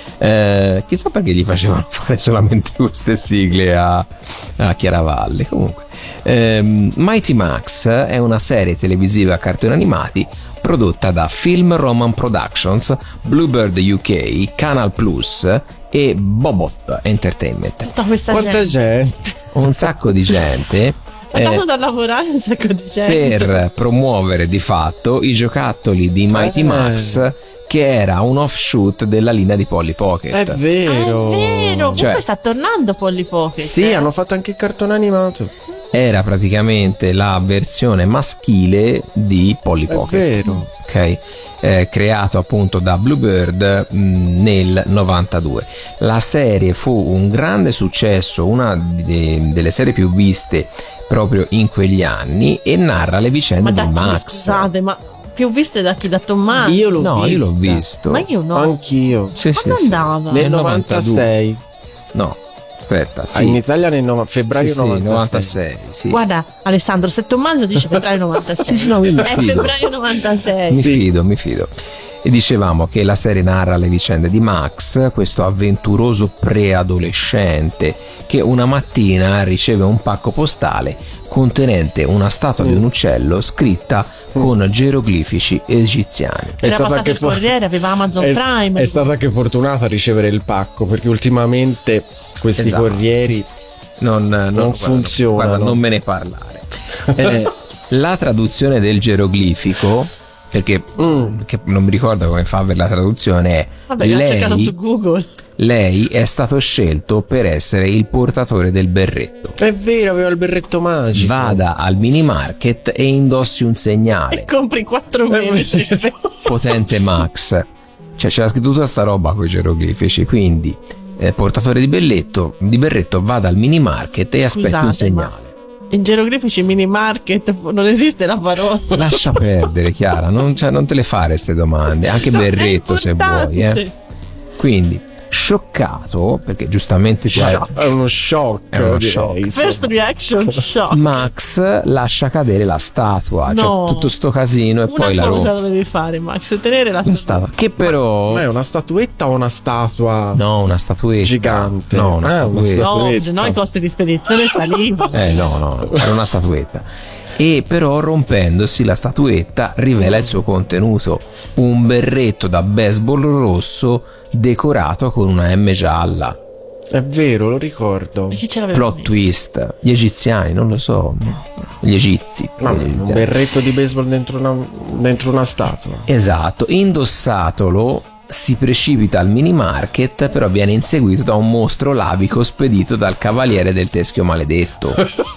Eh, chissà perché gli facevano fare solamente queste sigle a, a Chiaravalle. Comunque, ehm, Mighty Max è una serie televisiva a cartoni animati prodotta da Film Roman Productions, Bluebird U K, Canal Plus e Bobot Entertainment. Tutta questa Quanta gente. gente. Un sacco di gente. È eh, dato da lavorare un sacco di gente. per promuovere di fatto i giocattoli di Mighty Eh. Max, che era un offshoot della linea di Polly Pocket. È vero. Ah, è vero. Cioè- Comunque sta tornando Polly Pocket. Sì, eh. hanno fatto anche il cartone animato. Era praticamente la versione maschile di Polly È Pocket. vero. Ok, eh, creato appunto da Bluebird mh, nel novantadue. La serie fu un grande successo, una de- delle serie più viste proprio in quegli anni, e narra le vicende Ma da di chi, Max. scusate, ma più viste da chi? Da Tommaso? Io l'ho No, io l'ho vista. visto. Ma io no. Anch'io. Sì, sì, Quando sì. andava? Nel Nel novantasei. No, aspetta, Ah, sì. in Italia nel nova- febbraio Sì, sì, novantasei. novantasei, sì. Guarda, Alessandro, se Tommaso dice febbraio novantasei. Sì, sì, no, io mi è fido. febbraio novantasei. Mi fido, mi fido. E dicevamo che la serie narra le vicende di Max, questo avventuroso preadolescente che una mattina riceve un pacco postale contenente una statua di un uccello scritta con geroglifici egiziani. È Era stata passato anche il fo- Corriere, aveva Amazon è, Prime. è stata anche fortunata a ricevere il pacco, perché ultimamente questi Esatto. corrieri Non, non, guarda, funzionano. guarda, non me ne parlare. Eh, la traduzione del geroglifico, perché che non mi ricordo come fa per la traduzione, è Vabbè, l'ha cercato lei, su Google. lei è stato scelto per essere il portatore del berretto. È vero, aveva il berretto magico. Vada al mini market e indossi un E segnale. compri quattro metri. Potente Max. Cioè c'era scritto tutta sta roba con i geroglifici, quindi eh, portatore di belletto, di berretto, vada al mini market e aspetti un Scusate, segnale. In geroglifici mini market non esiste la parola. Lascia perdere, Chiara, non, cioè, non te le fare queste domande, anche No, è berretto se vuoi, eh. importante. Quindi, scioccato, perché giustamente tu hai- È uno shock. È uno direi, shock. insomma. First reaction shock. Max lascia cadere la statua, No. cioè tutto sto casino e Una poi la cosa rompe. dovevi fare, Max, tenere la La statua, che però Ma è una statuetta o una statua? no, una statuetta Gigante. No, una Ah, una statuetta. No, statuetta. se no i costi di spedizione salivano. Eh no, no, era una statuetta. E però rompendosi la statuetta rivela il suo contenuto, un berretto da baseball rosso decorato con una M gialla. È vero, lo ricordo. E chi ce l'aveva Plot messo? twist, gli egiziani, non lo so, gli egizi. Ma Gli un egiziani. berretto di baseball dentro una, dentro una statua. Esatto, indossatolo si precipita al mini market, però viene inseguito da un mostro lavico spedito dal cavaliere del teschio maledetto.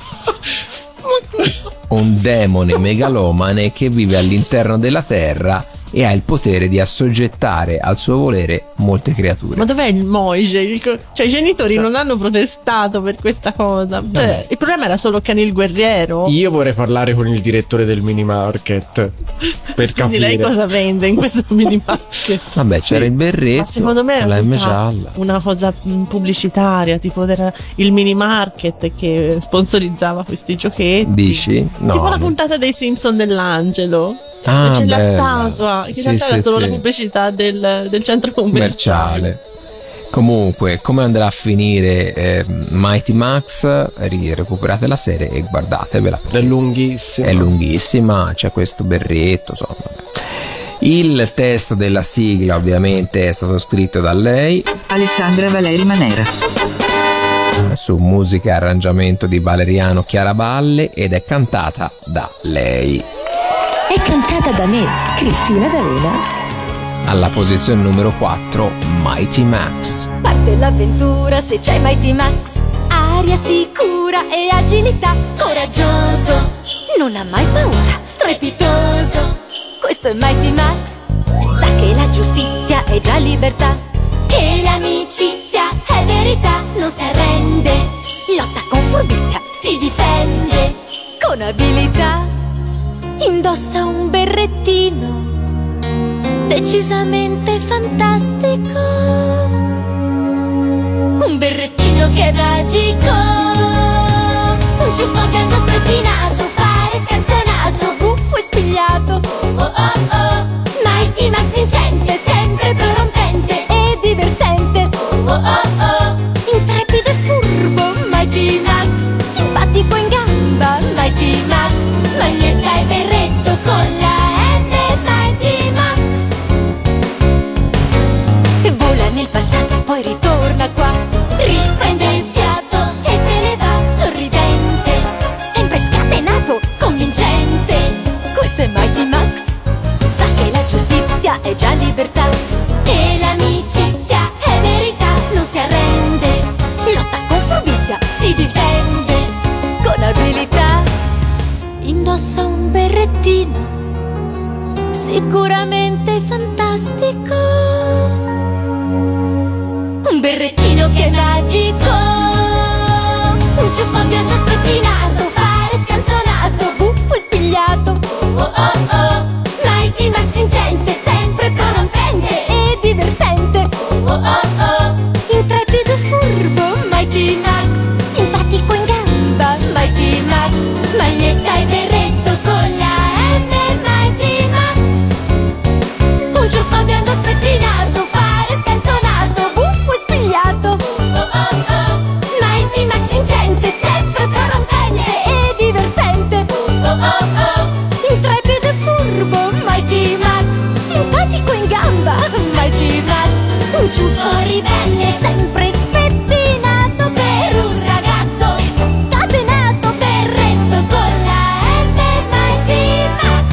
Un demone megalomane che vive all'interno della terra e ha il potere di assoggettare al suo volere molte creature. Ma dov'è il Moise? Il co- Cioè, i genitori non hanno protestato per questa cosa. Cioè, il problema era solo Canil Guerriero. Io vorrei parlare con il direttore del mini market per Scusi, capire. lei cosa vende in questo mini market? Vabbè, c'era il berretto, Ma secondo me con la era M tutta gialla. una cosa mh, pubblicitaria, tipo era il mini market che sponsorizzava questi giochetti. Dici? No, tipo la non- puntata dei Simpson dell'Angelo. Ah, c'è la bella. statua, che in Sì, realtà sì, era solo sì. la pubblicità del, del centro commerciale. commerciale. Comunque, come andrà a finire eh, Mighty Max? Ri- recuperate la serie e guardatevela. È lunghissimo. È lunghissima, c'è questo berretto, insomma. Il testo della sigla ovviamente è stato scritto da lei, Alessandra Valeri Manera. su musica e arrangiamento di Valeriano Chiaravalle, ed è cantata da lei. È cantata da me, Cristina D'Avena. Alla posizione numero quattro, Mighty Max. Parte l'avventura se c'è Mighty Max. Aria sicura e agilità. Coraggioso, non ha mai paura. Strepitoso, questo è Mighty Max. Sa che la la giustizia è già libertà e l'amicizia è verità, non si arrende, lotta con furbizia, si difende con abilità. Indossa un berrettino decisamente fantastico, un berrettino che è magico, un ciuffo bianco spettinato, fare scanzonato, buffo e spigliato. Oh oh oh, Mighty Max vincente, sempre prorompente e divertente. Oh oh oh, intrepido e furbo, Mighty Max, simpatico in gamba, Mighty Max, maglietta e berretto con la M, Mighty Max. E vola nel passato e poi ritorna qua, riprende il fiato e se ne va sorridente, sempre scatenato, convincente. Questo è Mighty Max, sa che la giustizia è già libertà e l'amicizia è verità, non si arrende, lotta con furbizia, si difende con abilità. Indossa un berrettino sicuramente fantastico, un berrettino che è magico, un ciuffo bianco spettinato, fare scanzonato, buffo e spigliato. Oh oh oh, Mighty Max vincente, sempre prorompente e divertente. Oh oh oh, intrepido e furbo, Mighty Max, simpatico in gamba, Mighty Max, maglietta e berretto con la M, Mighty Max, un ciuffo bianco spettinato, fare scanzonato, buffo e spigliato. Oh oh oh, Mighty Max vincente, sempre prorompente e divertente. Oh oh oh, intrepido e furbo, Mighty Max, simpatico in gamba, Mighty Max, un ciuffo ribelle, sempre spettinato per un ragazzo, scatenato, berretto con la M, Mighty Max.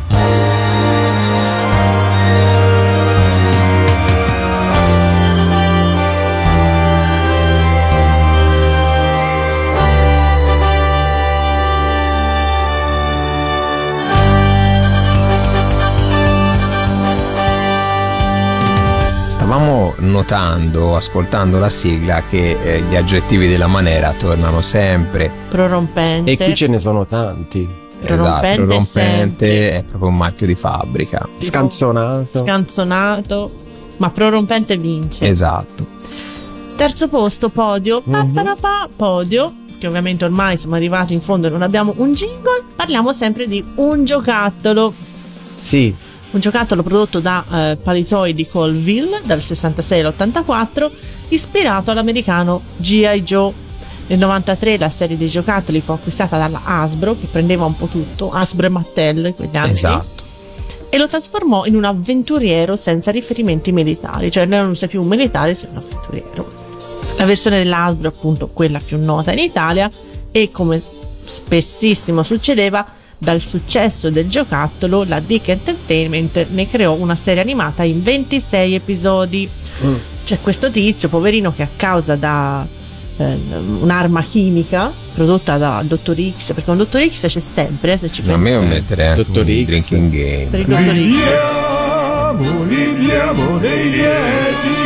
Stavamo notando, ascoltando la sigla, che eh, gli aggettivi della maniera tornano sempre. Prorompente. E qui ce ne sono tanti. Prorompente, Esatto, prorompente sempre. è proprio un marchio di fabbrica. Scanzonato. Scanzonato, ma prorompente vince. Esatto. Terzo posto, podio. Pa, pa, pa, pa, podio, che ovviamente ormai siamo arrivati in fondo e non abbiamo un jingle. Parliamo sempre di un giocattolo. Sì. Un giocattolo prodotto da eh, Palitoy di Colville dal sessantasei all'ottantaquattro, ispirato all'americano G I. Joe. Nel novantatré la serie dei giocattoli fu acquistata dalla Hasbro, che prendeva un po' tutto, Hasbro e Mattel in quegli anni. Esatto. E lo trasformò in un avventuriero senza riferimenti militari, cioè non sei più un militare, sei un avventuriero. La versione dell'Hasbro, appunto, quella più nota in Italia, e come spessissimo succedeva, dal successo del giocattolo la Dick Entertainment ne creò una serie animata in ventisei episodi. Mm. C'è questo tizio poverino che a causa da eh, un'arma chimica prodotta da Dottor X, perché un Dottor X c'è sempre, se ci pensi. A me lo metterei anche Dottor un X. drinking game. Per il Dottor X. Liviamo, liviamo dei lieti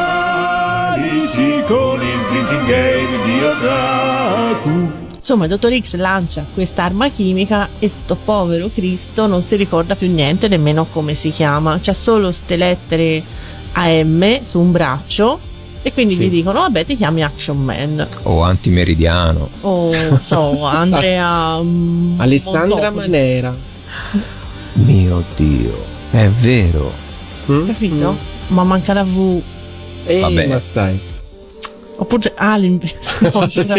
calici con il drinking game di Otaku. Insomma, il Dottor X lancia quest'arma chimica e sto povero Cristo non si ricorda più niente, nemmeno come si chiama. C'ha solo ste lettere A M su un braccio e quindi Sì. gli dicono: vabbè, ti chiami Action Man. O antimeridiano. O so, Andrea mm, Alessandra Montopoli. Manera. Mio Dio, è vero. Mm? Capito? Ma manca la V. Ehi, Vabbè. ma sai. Oppure ah, l'inverso. No, c'era-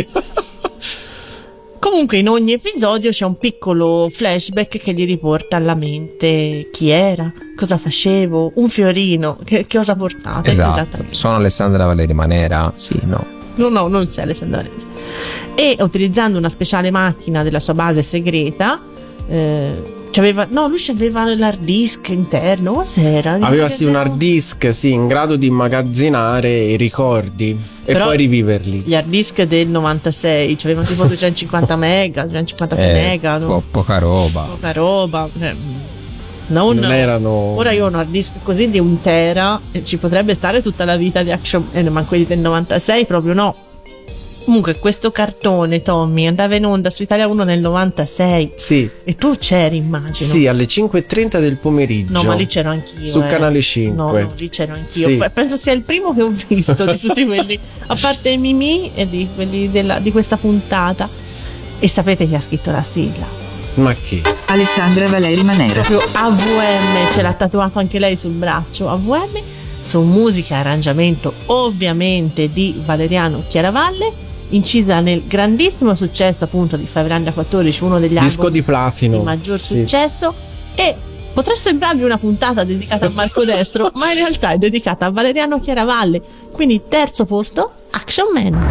Comunque in ogni episodio c'è un piccolo flashback che gli riporta alla mente chi era, cosa facevo, un fiorino, che, che cosa portate. Esatto. Esattamente. Sono Alessandra Valeri Manera? Sì, no. No, no, non sei Alessandra Valeri. E utilizzando una speciale macchina della sua base segreta, eh, c'aveva, no, lui aveva l'hard disk interno, cos'era? Aveva sì un hard disk, sì, in grado di immagazzinare i ricordi e Però poi riviverli. Gli hard disk del novantasei c'avevano tipo duecentocinquanta mega, duecentocinquantasei Eh, mega, no? po- poca roba. Poca roba. eh. non, non erano. Ora io ho un hard disk così di un tera e ci potrebbe stare tutta la vita di Action Man, ma quelli del novantasei proprio no. Comunque questo cartone, Tommy, andava in onda su Italia uno nel novantasei. Sì. E tu c'eri, immagino. Sì, alle cinque e trenta del pomeriggio. No, ma lì c'ero anch'io. Su eh. Canale cinque. No, no, lì c'ero anch'io. Sì. Penso sia il primo che ho visto di tutti quelli, a parte Mimì e di quelli della, di questa puntata. E sapete chi ha scritto la sigla? Ma chi? Alessandra Valeri Manera. Proprio A V M, ce l'ha tatuato anche lei sul braccio. A V M, su musica e arrangiamento ovviamente di Valeriano Chiaravalle, incisa nel grandissimo successo appunto di Five Under quattordici, uno degli Disco album di platino di maggior sì. successo. E potrà sembrarvi una puntata dedicata a Marco Destro, ma in realtà è dedicata a Valeriano Chiaravalle. Quindi terzo posto, Action Man.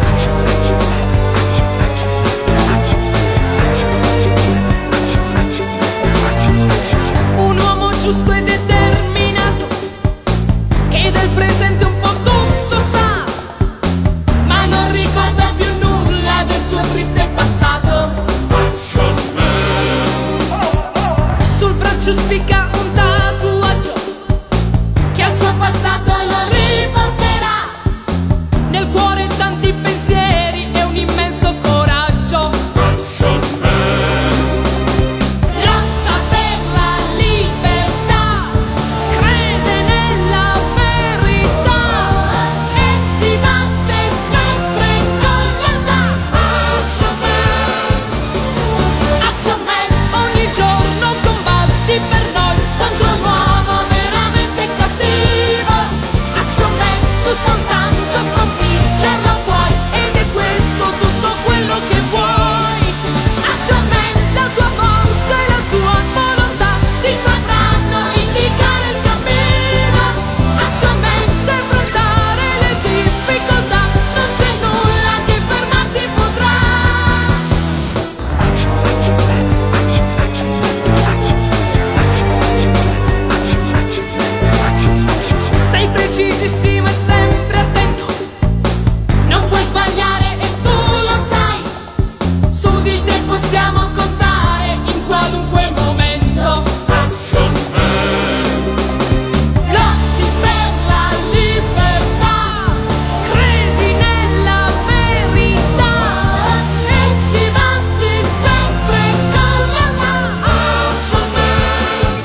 Un uomo giusto e determinato, che del presente un po' tutto sa, ma non ricorda più nulla del suo triste passato. Sul braccio spicca un tatuaggio che al suo passato lo riporterà, nel cuore tanti pensieri e un immenso coraggio. Lotta per la libertà, crede nella verità e si batte sempre con lealtà. Action Man, Action Man, ogni giorno combatti per noi contro un uomo veramente cattivo. Action Man, tu soltanto sconfiggerlo puoi, ed è questo tutto quello che vuoi. Action Man, la tua forza e la tua volontà ti sapranno indicare il cammino. Action Man, sai affrontare le difficoltà, non c'è nulla che fermarti potrà. Sei precisissimo e sempre attento, non puoi sbagliare e tu lo sai. Su di te possiamo contare in qualunque momento. Action Man, lotti per la libertà, credi nella verità e ti batti sempre con lealtà. Action Man,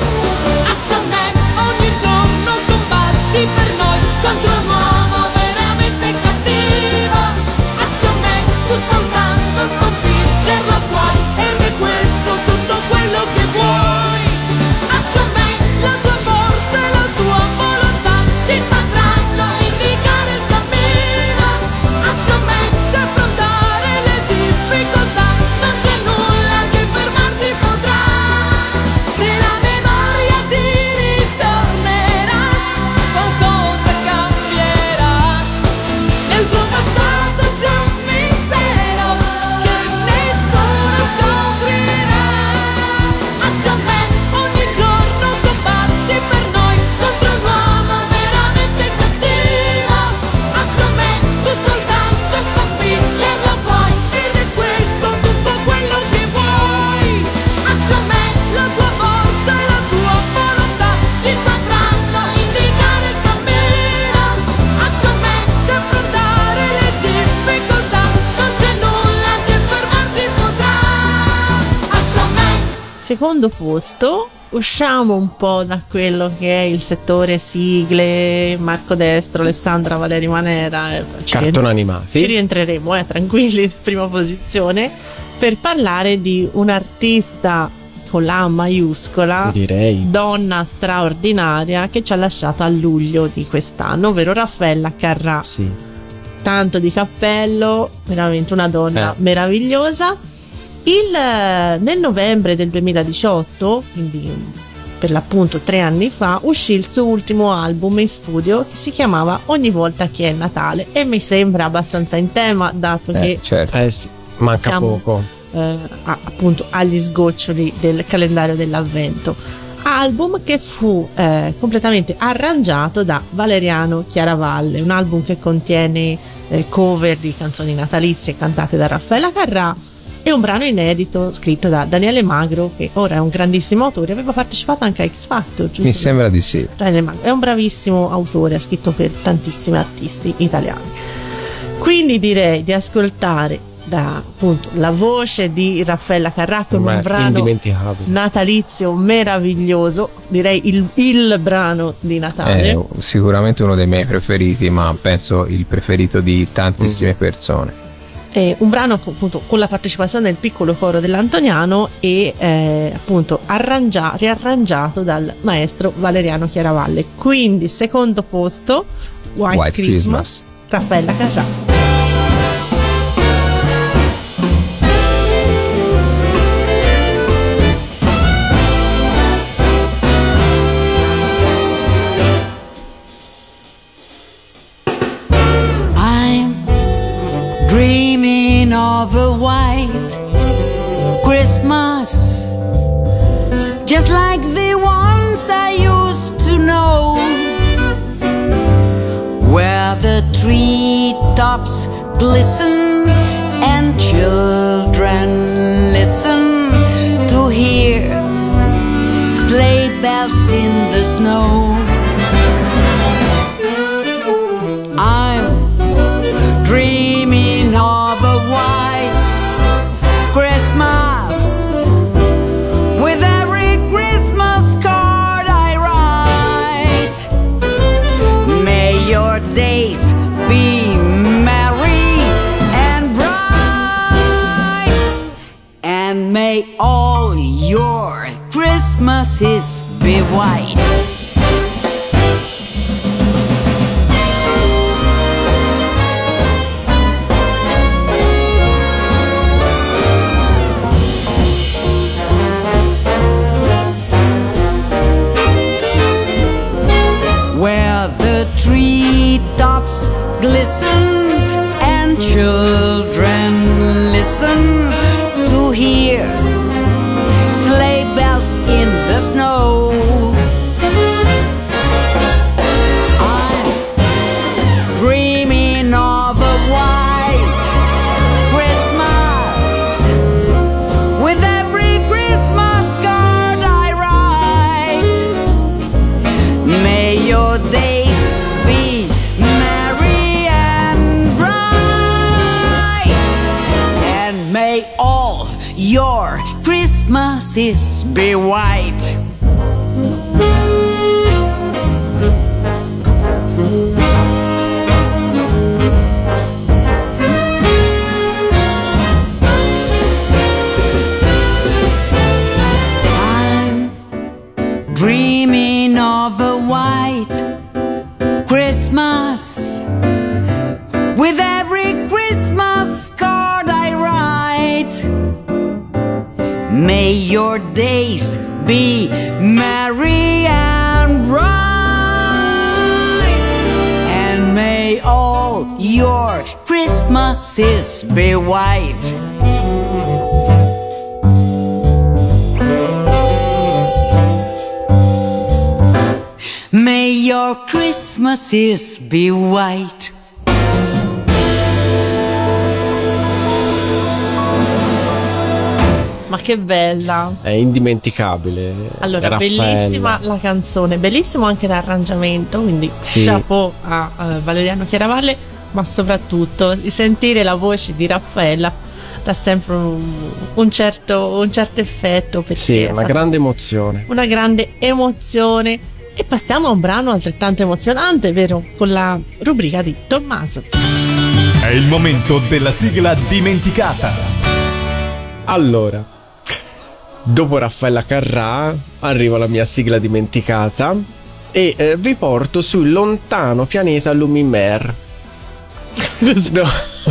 Action Man, ogni giorno combatti per noi contro un uomo veramente cattivo. Action Man, tu soltanto sconfiggerlo puoi, ed è questo tutto quello che vuoi. Action Man, la tua forza e la tua volontà ti sapranno indicare il cammino. Action Man, sai affrontare le difficoltà, non c'è nulla che fermarti potrà. Se la memoria ti ritornerà, qualcosa cambierà. Nel tuo passato c'è un mistero che nessuno scoprirà. Action Man, ogni giorno combatti per noi contro un uomo veramente cattivo. Action Man, tu soltanto sconfiggerlo puoi, ed è questo tutto quello che vuoi. Action Man, la tua forza e la tua volontà ti sapranno indicare il cammino. Action Man, sai affrontare le difficoltà, non c'è nulla che fermarti potrà. Action Man. Secondo posto, usciamo un po' da quello che è il settore sigle, Marco Destro, Alessandra Valeri Manera. eh, ci Cartoni rientr- animati. Ci rientreremo, eh, tranquilli, prima posizione, per parlare di un artista con la A maiuscola, Direi. donna straordinaria, che ci ha lasciato a luglio di quest'anno, ovvero Raffaella Carrà. Sì. Tanto di cappello, veramente una donna Eh. meravigliosa. Il, eh, nel novembre del duemiladiciotto, quindi per l'appunto tre anni fa, uscì il suo ultimo album in studio che si chiamava Ogni volta che è Natale, e mi sembra abbastanza in tema, dato Eh, che certo. Eh sì, manca siamo poco. eh, a- appunto agli sgoccioli del calendario dell'avvento. Album che fu eh, completamente arrangiato da Valeriano Chiaravalle, un album che contiene eh, cover di canzoni natalizie cantate da Raffaella Carrà è un brano inedito scritto da Daniele Magro, che ora è un grandissimo autore, aveva partecipato anche a X Factor, giusto? Mi sembra di sì. Daniele Magro è un bravissimo autore, ha scritto per tantissimi artisti italiani. Quindi direi di ascoltare da appunto la voce di Raffaella Carrà con Beh, un brano natalizio meraviglioso, direi il, il brano di Natale. È sicuramente uno dei miei preferiti, ma penso il preferito di tantissime mm. persone. È un brano appunto con la partecipazione del piccolo coro dell'Antoniano e eh, appunto arrangia, riarrangiato dal maestro Valeriano Chiaravalle. Quindi secondo posto White, White Christmas, Christmas, Raffaella Carrà. Dreaming of a white Christmas, just like the ones I used to know, where the treetops glisten and children listen to hear sleigh bells in the snow. I'm dreaming of a white Christmas, with every Christmas card I write. May your days be merry and bright, and may all your Christmases be white. Treetops glisten and children listen to hear sleigh bells in the snow. I'm dreaming of a white Christmas, with every Christmas card I write. May your day your Christmases be white. I'm dreaming of a white Christmas, with every Christmas card I write. May your days be merry and bright, and may all your Christmases be white. May your Christmases be white. Ma che bella! È indimenticabile. Allora, Raffaella. Bellissima la canzone, bellissimo anche l'arrangiamento, quindi sì. chapeau a, a Valeriano Chiaravalle, ma soprattutto sentire la voce di Raffaella dà sempre un, un, certo, un certo effetto. Sì, una grande emozione. Una grande emozione. E passiamo a un brano altrettanto emozionante, vero? Con la rubrica di Tommaso. È il momento della sigla dimenticata. Allora, dopo Raffaella Carrà arriva la mia sigla dimenticata e eh, vi porto sul lontano pianeta Lumimer. No.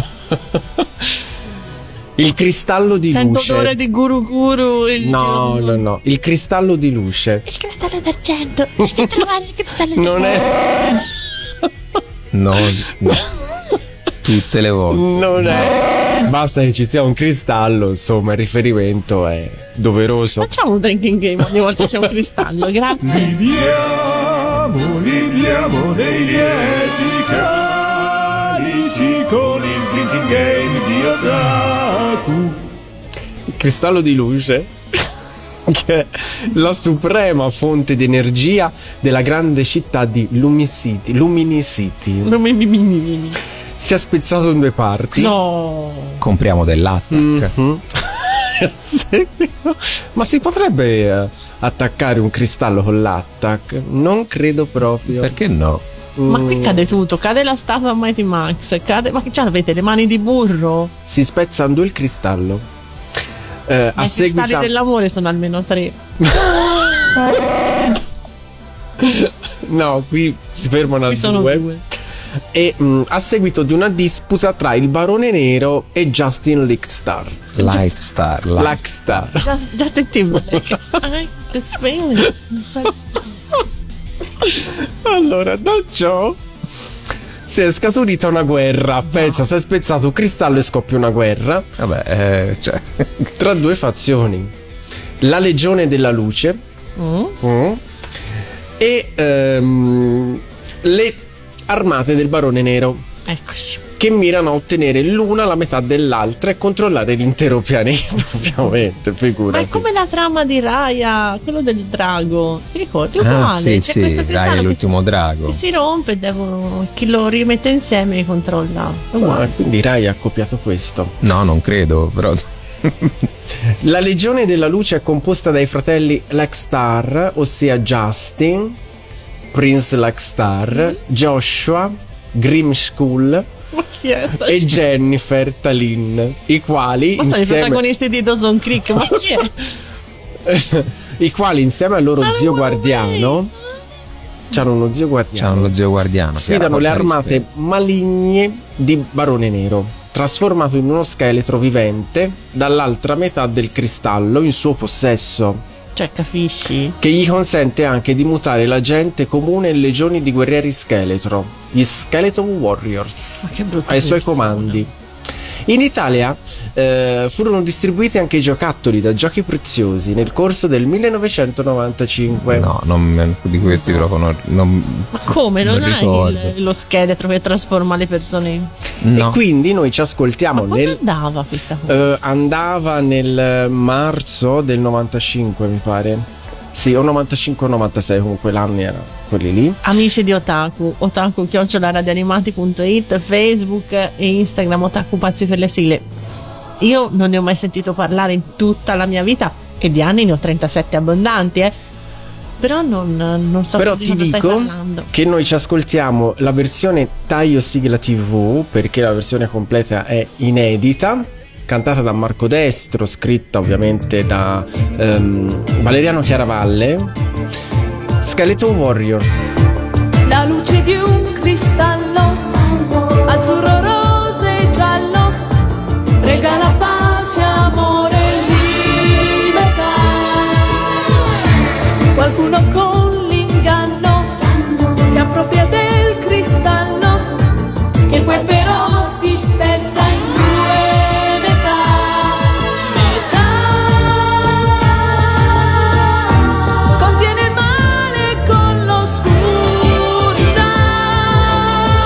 Il cristallo di Sento luce. odore di guru guru. Il No, no, no. Il cristallo di luce. Il cristallo d'argento. Devi trovare il cristallo d'argento. Non è. No, no. Tutte le volte. Non è. Basta che ci sia un cristallo, insomma, il riferimento è doveroso. Facciamo un drinking game ogni volta c'è un cristallo, grazie. Libiamo, libiamo dei lieti calici con il drinking game di Otaku. cristallo di luce, che è la suprema fonte di energia della grande città di Lumini City. Lumini City. Lumini. Si è spezzato in due parti. No. Compriamo dell'attack. Mm-hmm. Ma si potrebbe uh, attaccare un cristallo con l'attack? Non credo proprio. Perché no? Mm. Ma qui cade tutto, cade la statua Mighty Max, cade... ma che c'ha, avete le mani di burro? Si spezzando il cristallo. Eh, Ma i seguita... cristalli dell'amore sono almeno tre. No, qui si fermano a Qui sono due. due. E mh, a seguito di una disputa tra il Barone Nero e Justin Lightstar. Lightstar. Lightstar. Just, Justin Timberlake. I this feeling. Allora, da ciò si è scaturita una guerra. Pensa, si è spezzato un cristallo e scoppia una guerra. Vabbè, eh, cioè. Tra due fazioni: la Legione della Luce Mm. mm, e ehm, le armate del Barone Nero, Eccoci. che mirano a ottenere l'una la metà dell'altra e controllare l'intero pianeta, ovviamente, Ma figurati. è come la trama di Raya, quello del drago. Ti ricordi? Uguale. Ah, sì, C'è sì, questo dai, cristallo è che l'ultimo si, drago. che si rompe e devono, chi lo rimette insieme controlla. Uguale. Ah, quindi Rai ha copiato questo. No, non credo, però. La Legione della Luce è composta dai fratelli Lightstar, ossia Justin, Prince Lightstar, Joshua, Grimskull Ma chi è? e Jennifer Talin, i quali Ma sono i insieme, protagonisti di Dawson Creek, ma chi è? i quali insieme al loro zio guardiano, c'hanno uno zio guardiano, C'hanno lo zio guardiano. sfidano le armate maligne di Barone Nero, trasformato in uno scheletro vivente dall'altra metà del cristallo in suo possesso, Cioè, capisci? che gli consente anche di mutare la gente comune in legioni di guerrieri scheletro, gli Skeleton Warriors, Ma che brutta ai suoi persona. comandi. In Italia eh, furono distribuiti anche i giocattoli da Giochi Preziosi nel corso del millenovecentonovantacinque. No, non, di questi proprio non, non, Ma come? Non, hai ricordo. il- lo scheletro che trasforma le persone? No. E quindi noi ci ascoltiamo Ma quando nel, andava questa cosa? eh, andava nel marzo del novantacinque, mi pare. Sì, o novantacinque o novantasei, comunque l'anno era quelli lì. Amici di Otaku, otaku chiocciola radioanimati punto it, Facebook e Instagram Otaku Pazzi per le sigle. Io non ne ho mai sentito parlare in tutta la mia vita e di anni ne ho trentasette abbondanti, eh. Però non, non so Però di ti cosa stai dico parlando. che noi ci ascoltiamo la versione taglio sigla tivù, perché la versione completa è inedita, cantata da Marco Destro, scritta ovviamente da ehm, Valeriano Chiaravalle. Skeleton Warriors. La luce di un cristallo azzurro, rosa e giallo regala pace, amore e libertà. Qualcuno con l'inganno si appropria del cristallo, che poi però si spezza in due metà. Metà contiene il male con l'oscurità.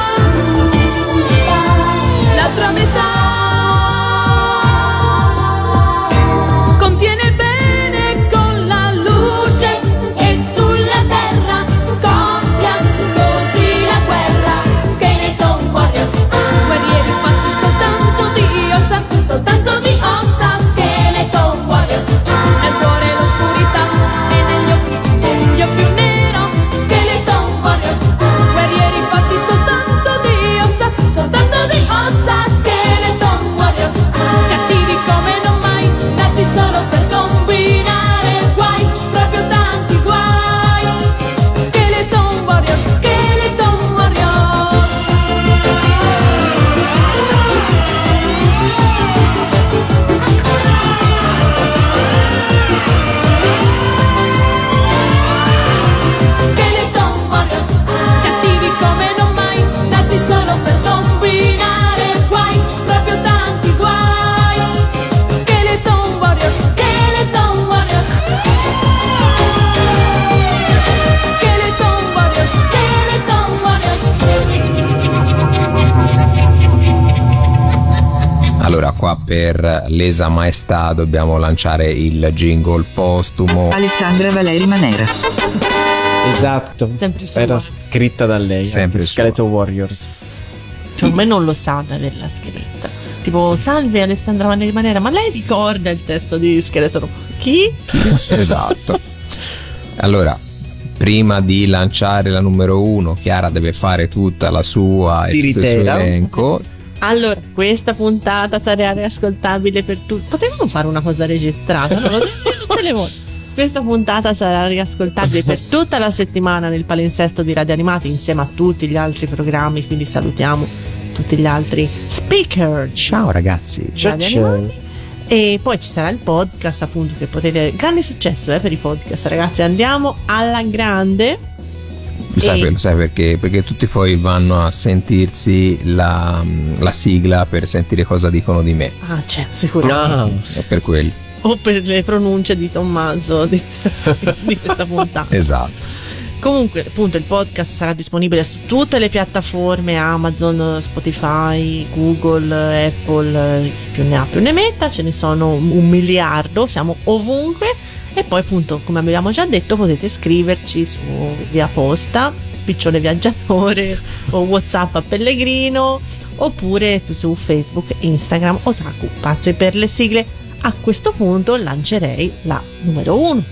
qua per lesa maestà dobbiamo lanciare il jingle postumo. Alessandra Valeri Manera. Esatto, Sempre sua. era scritta da lei, Sempre anche Skeleton Warriors. Cioè, me non lo sa di averla scritta. Tipo, salve Alessandra Valeri Manera, ma lei ricorda il testo di Skeleton? Chi? Esatto. Allora, prima di lanciare la numero uno, Chiara deve fare tutta la sua e tutto il suo elenco. Allora, questa puntata sarà riascoltabile per tutti. Potevamo fare una cosa registrata, no? Lo devo dire tutte le volte. Questa puntata sarà riascoltabile per tutta la settimana nel palinsesto di Radio Animati insieme a tutti gli altri programmi, quindi salutiamo tutti gli altri speaker. Ciao ragazzi. Ciao, ciao. E poi ci sarà il podcast, appunto, che potete. Grande successo eh, per i podcast, ragazzi. Andiamo alla grande. Lo sai, E- lo sai perché? Perché tutti poi vanno a sentirsi la, la sigla per sentire cosa dicono di me. Ah, c'è, sicuramente. È per quello. O per le pronunce di Tommaso di questa, di questa puntata. Esatto. Comunque, appunto, il podcast sarà disponibile su tutte le piattaforme: Amazon, Spotify, Google, Apple, chi più ne ha più ne metta. Ce ne sono un miliardo, siamo ovunque. E poi, appunto, come abbiamo già detto, potete scriverci su via posta, Piccione Viaggiatore, o WhatsApp a Pellegrino, oppure su Facebook, Instagram, Otaku Pazzi per le sigle. A questo punto lancerei la numero uno.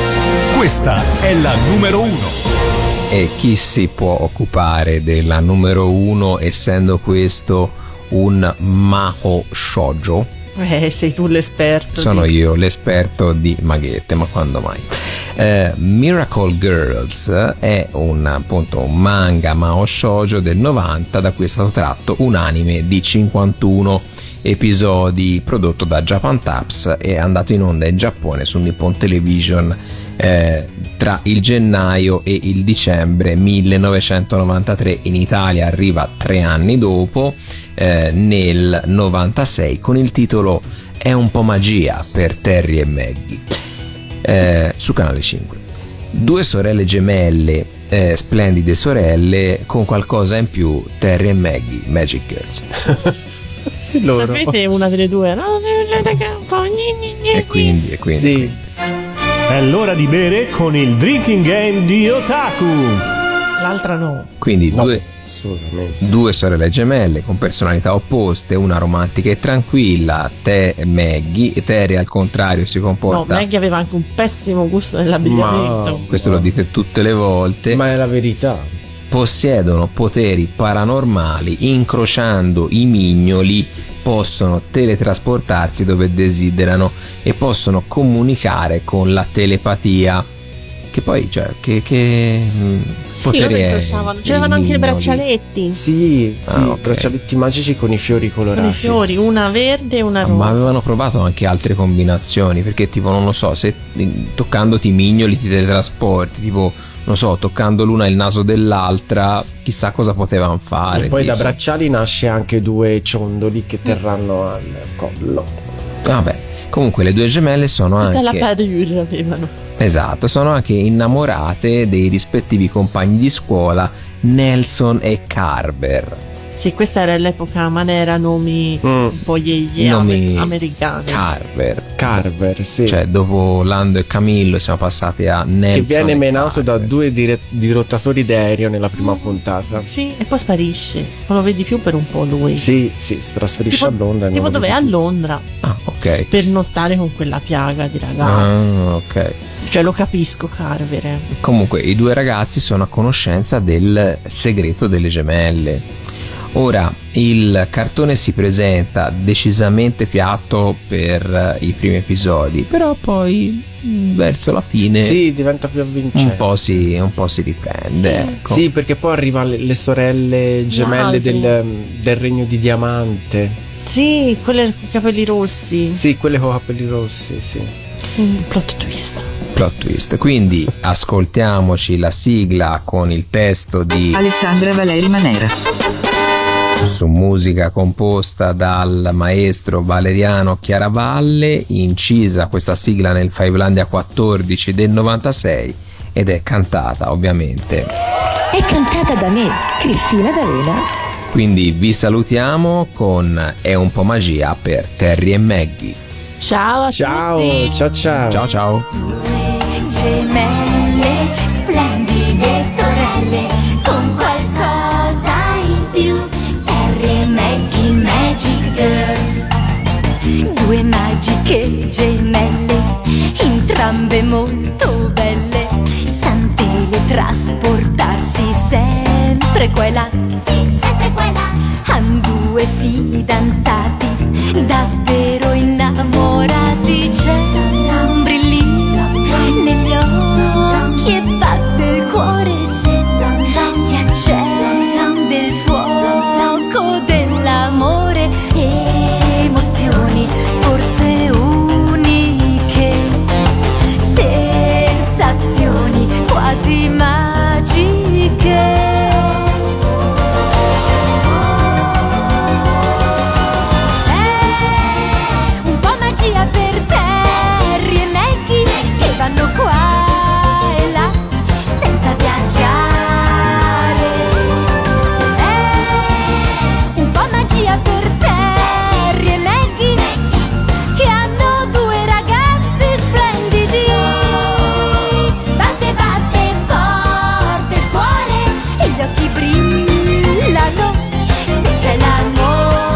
Questa è la numero uno. E chi si può occupare della numero uno, essendo questo un Maho Shoujo? Eh, sei tu l'esperto. Sono di... io l'esperto di maghette, ma quando mai? Eh, Miracle Girls è un, appunto, un manga Maho Shoujo del novanta, da cui è stato tratto un anime di cinquantuno episodi prodotto da Japan Taps e è andato in onda in Giappone su Nippon Television eh, tra il gennaio e il dicembre millenovecentonovantatré. In Italia arriva tre anni dopo, eh, nel novantasei, con il titolo È un po' magia per Terry e Maggie, eh, su Canale cinque. Due sorelle gemelle, eh, splendide sorelle, con qualcosa in più: Terry e Maggie, Magic Girls. Sì, loro. Sapete una delle due? No, un po' gni, gni, gni, E quindi, e quindi, Sì. quindi. È l'ora di bere con il drinking game di Otaku. l'altra no. Quindi No, due, assolutamente. due sorelle gemelle con personalità opposte, una romantica e tranquilla, te e Maggie. Terry al contrario si No, comporta, Maggie aveva anche un pessimo gusto nell'abbigliamento. Ma- questo lo dite tutte le volte, Ma è la verità. possiedono poteri paranormali, incrociando i mignoli possono teletrasportarsi dove desiderano e possono comunicare con la telepatia, che poi, cioè, che, che mh, Sì, poteri loro è incrociavano. i C'erano anche i mignoli? braccialetti Sì, sì, Ah, ok. braccialetti magici con i fiori colorati. con i fiori, una verde e una rosa. Ma avevano provato anche altre combinazioni, perché tipo, non lo so, se toccandoti i mignoli ti teletrasporti, tipo, non so, toccando l'una il naso dell'altra, chissà cosa potevano fare. E poi da tipo. bracciali nasce anche due ciondoli che terranno al collo. Vabbè, comunque le due gemelle sono Tutta la anche, parure avevano. esatto, sono anche innamorate dei rispettivi compagni di scuola Nelson e Carver. Sì, questa era l'epoca Manera, nomi Mm. un po' yeye Nomi amer- americani. Carver. Carver, sì. Cioè, dopo Lando e Camillo siamo passati a Nelson. che viene e menato da Carver. due dire- dirottatori d'aereo nella prima puntata. Sì, e poi sparisce. Non lo vedi più per un po' lui. Sì, sì, si trasferisce Tipo- a Londra. e non Tipo lo dov'è? vedi A più. Londra. Ah, ok. Per non stare con quella piaga di ragazzi. Ah, ok. Cioè, lo capisco, Carver. eh. Comunque i due ragazzi sono a conoscenza del segreto delle gemelle. Ora, il cartone si presenta decisamente piatto per i primi episodi, però poi mh, verso la fine Sì, diventa più avvincente. un po' si, un po' si riprende. Sì. Ecco. Sì, perché poi arrivano le, le sorelle gemelle Altri. del, del regno di diamante. Sì, quelle con i capelli rossi. Sì, quelle con capelli rossi, sì. Un plot twist. Plot twist. Quindi ascoltiamoci la sigla con il testo di Alessandra Valeri Manera. su musica composta dal maestro Valeriano Chiaravalle, incisa questa sigla nel Fivelandia quattordici del novantasei ed è cantata ovviamente È cantata da me, Cristina D'Avena. Quindi vi salutiamo con È un po' magia per Terry e Maggie. Ciao a Ciao, tutti. ciao ciao. Ciao ciao. Gemelle, splendide sorelle, con qualcosa in più. Terry e Maggie, Magic Girls. Due magiche gemelle, entrambe molto belle, san teletrasportarsi sempre qua e là. Sì, sempre qua e là. Han due fidanzati, davvero innamorati. C'è un brillino negli occhi e batte il cuore se si accende il fuoco dell'amore. Emozioni forse uniche, sensazioni quasi magiche. Per Terry e Maggie che vanno qua e là senza viaggiare. Eh, un po' magia per Terry e Maggie che hanno due ragazzi splendidi. Batte batte forte il cuore e gli occhi brillano se c'è l'amore.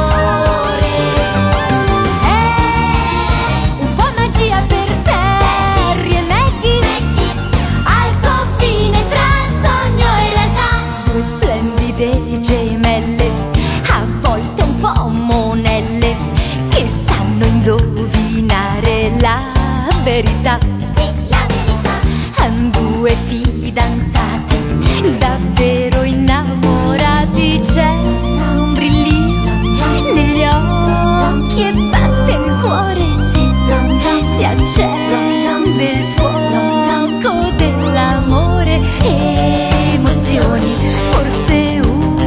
Gemelle, a volte un po' monelle, che sanno indovinare la verità. Sì, la verità. Han due fidanzati, davvero innamorati. C'è un brillino negli occhi e batte il cuore se si accende il fuoco dell'amore. Emozioni forse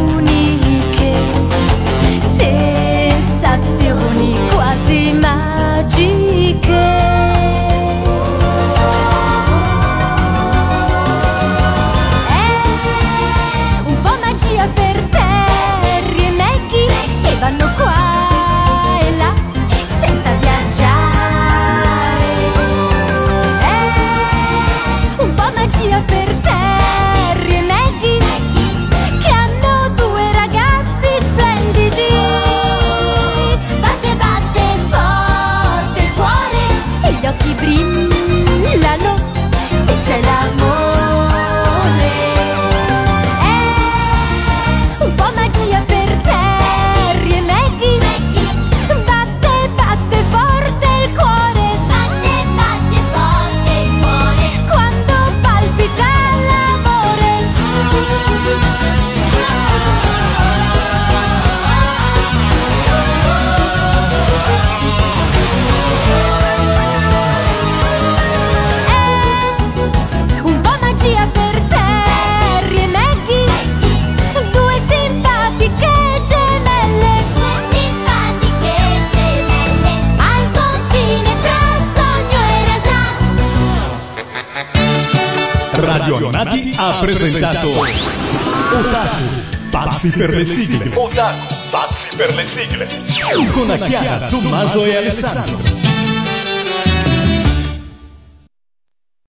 sensazioni quasi magiche. È un po' magia per Terry e Maggie che vanno qua e là senza viaggiare. È un po' magia per Terry e Maggie che hanno due ragazzi splendidi. Batte batte forte il cuore e gli occhi brillano se c'è l'amore. È un po' magia per Terry e Maggie. Batte batte forte il cuore. Batte batte forte il cuore quando palpita l'amore. Un po' magia per Terry e Maggie, due simpatiche gemelle, due simpatiche gemelle, al confine tra sogno e realtà. Radio Animati ha presentato Otaku, pazzi per le sigle. Otaku, pazzi per le sigle. Con Chiara, Tommaso e Alessandro.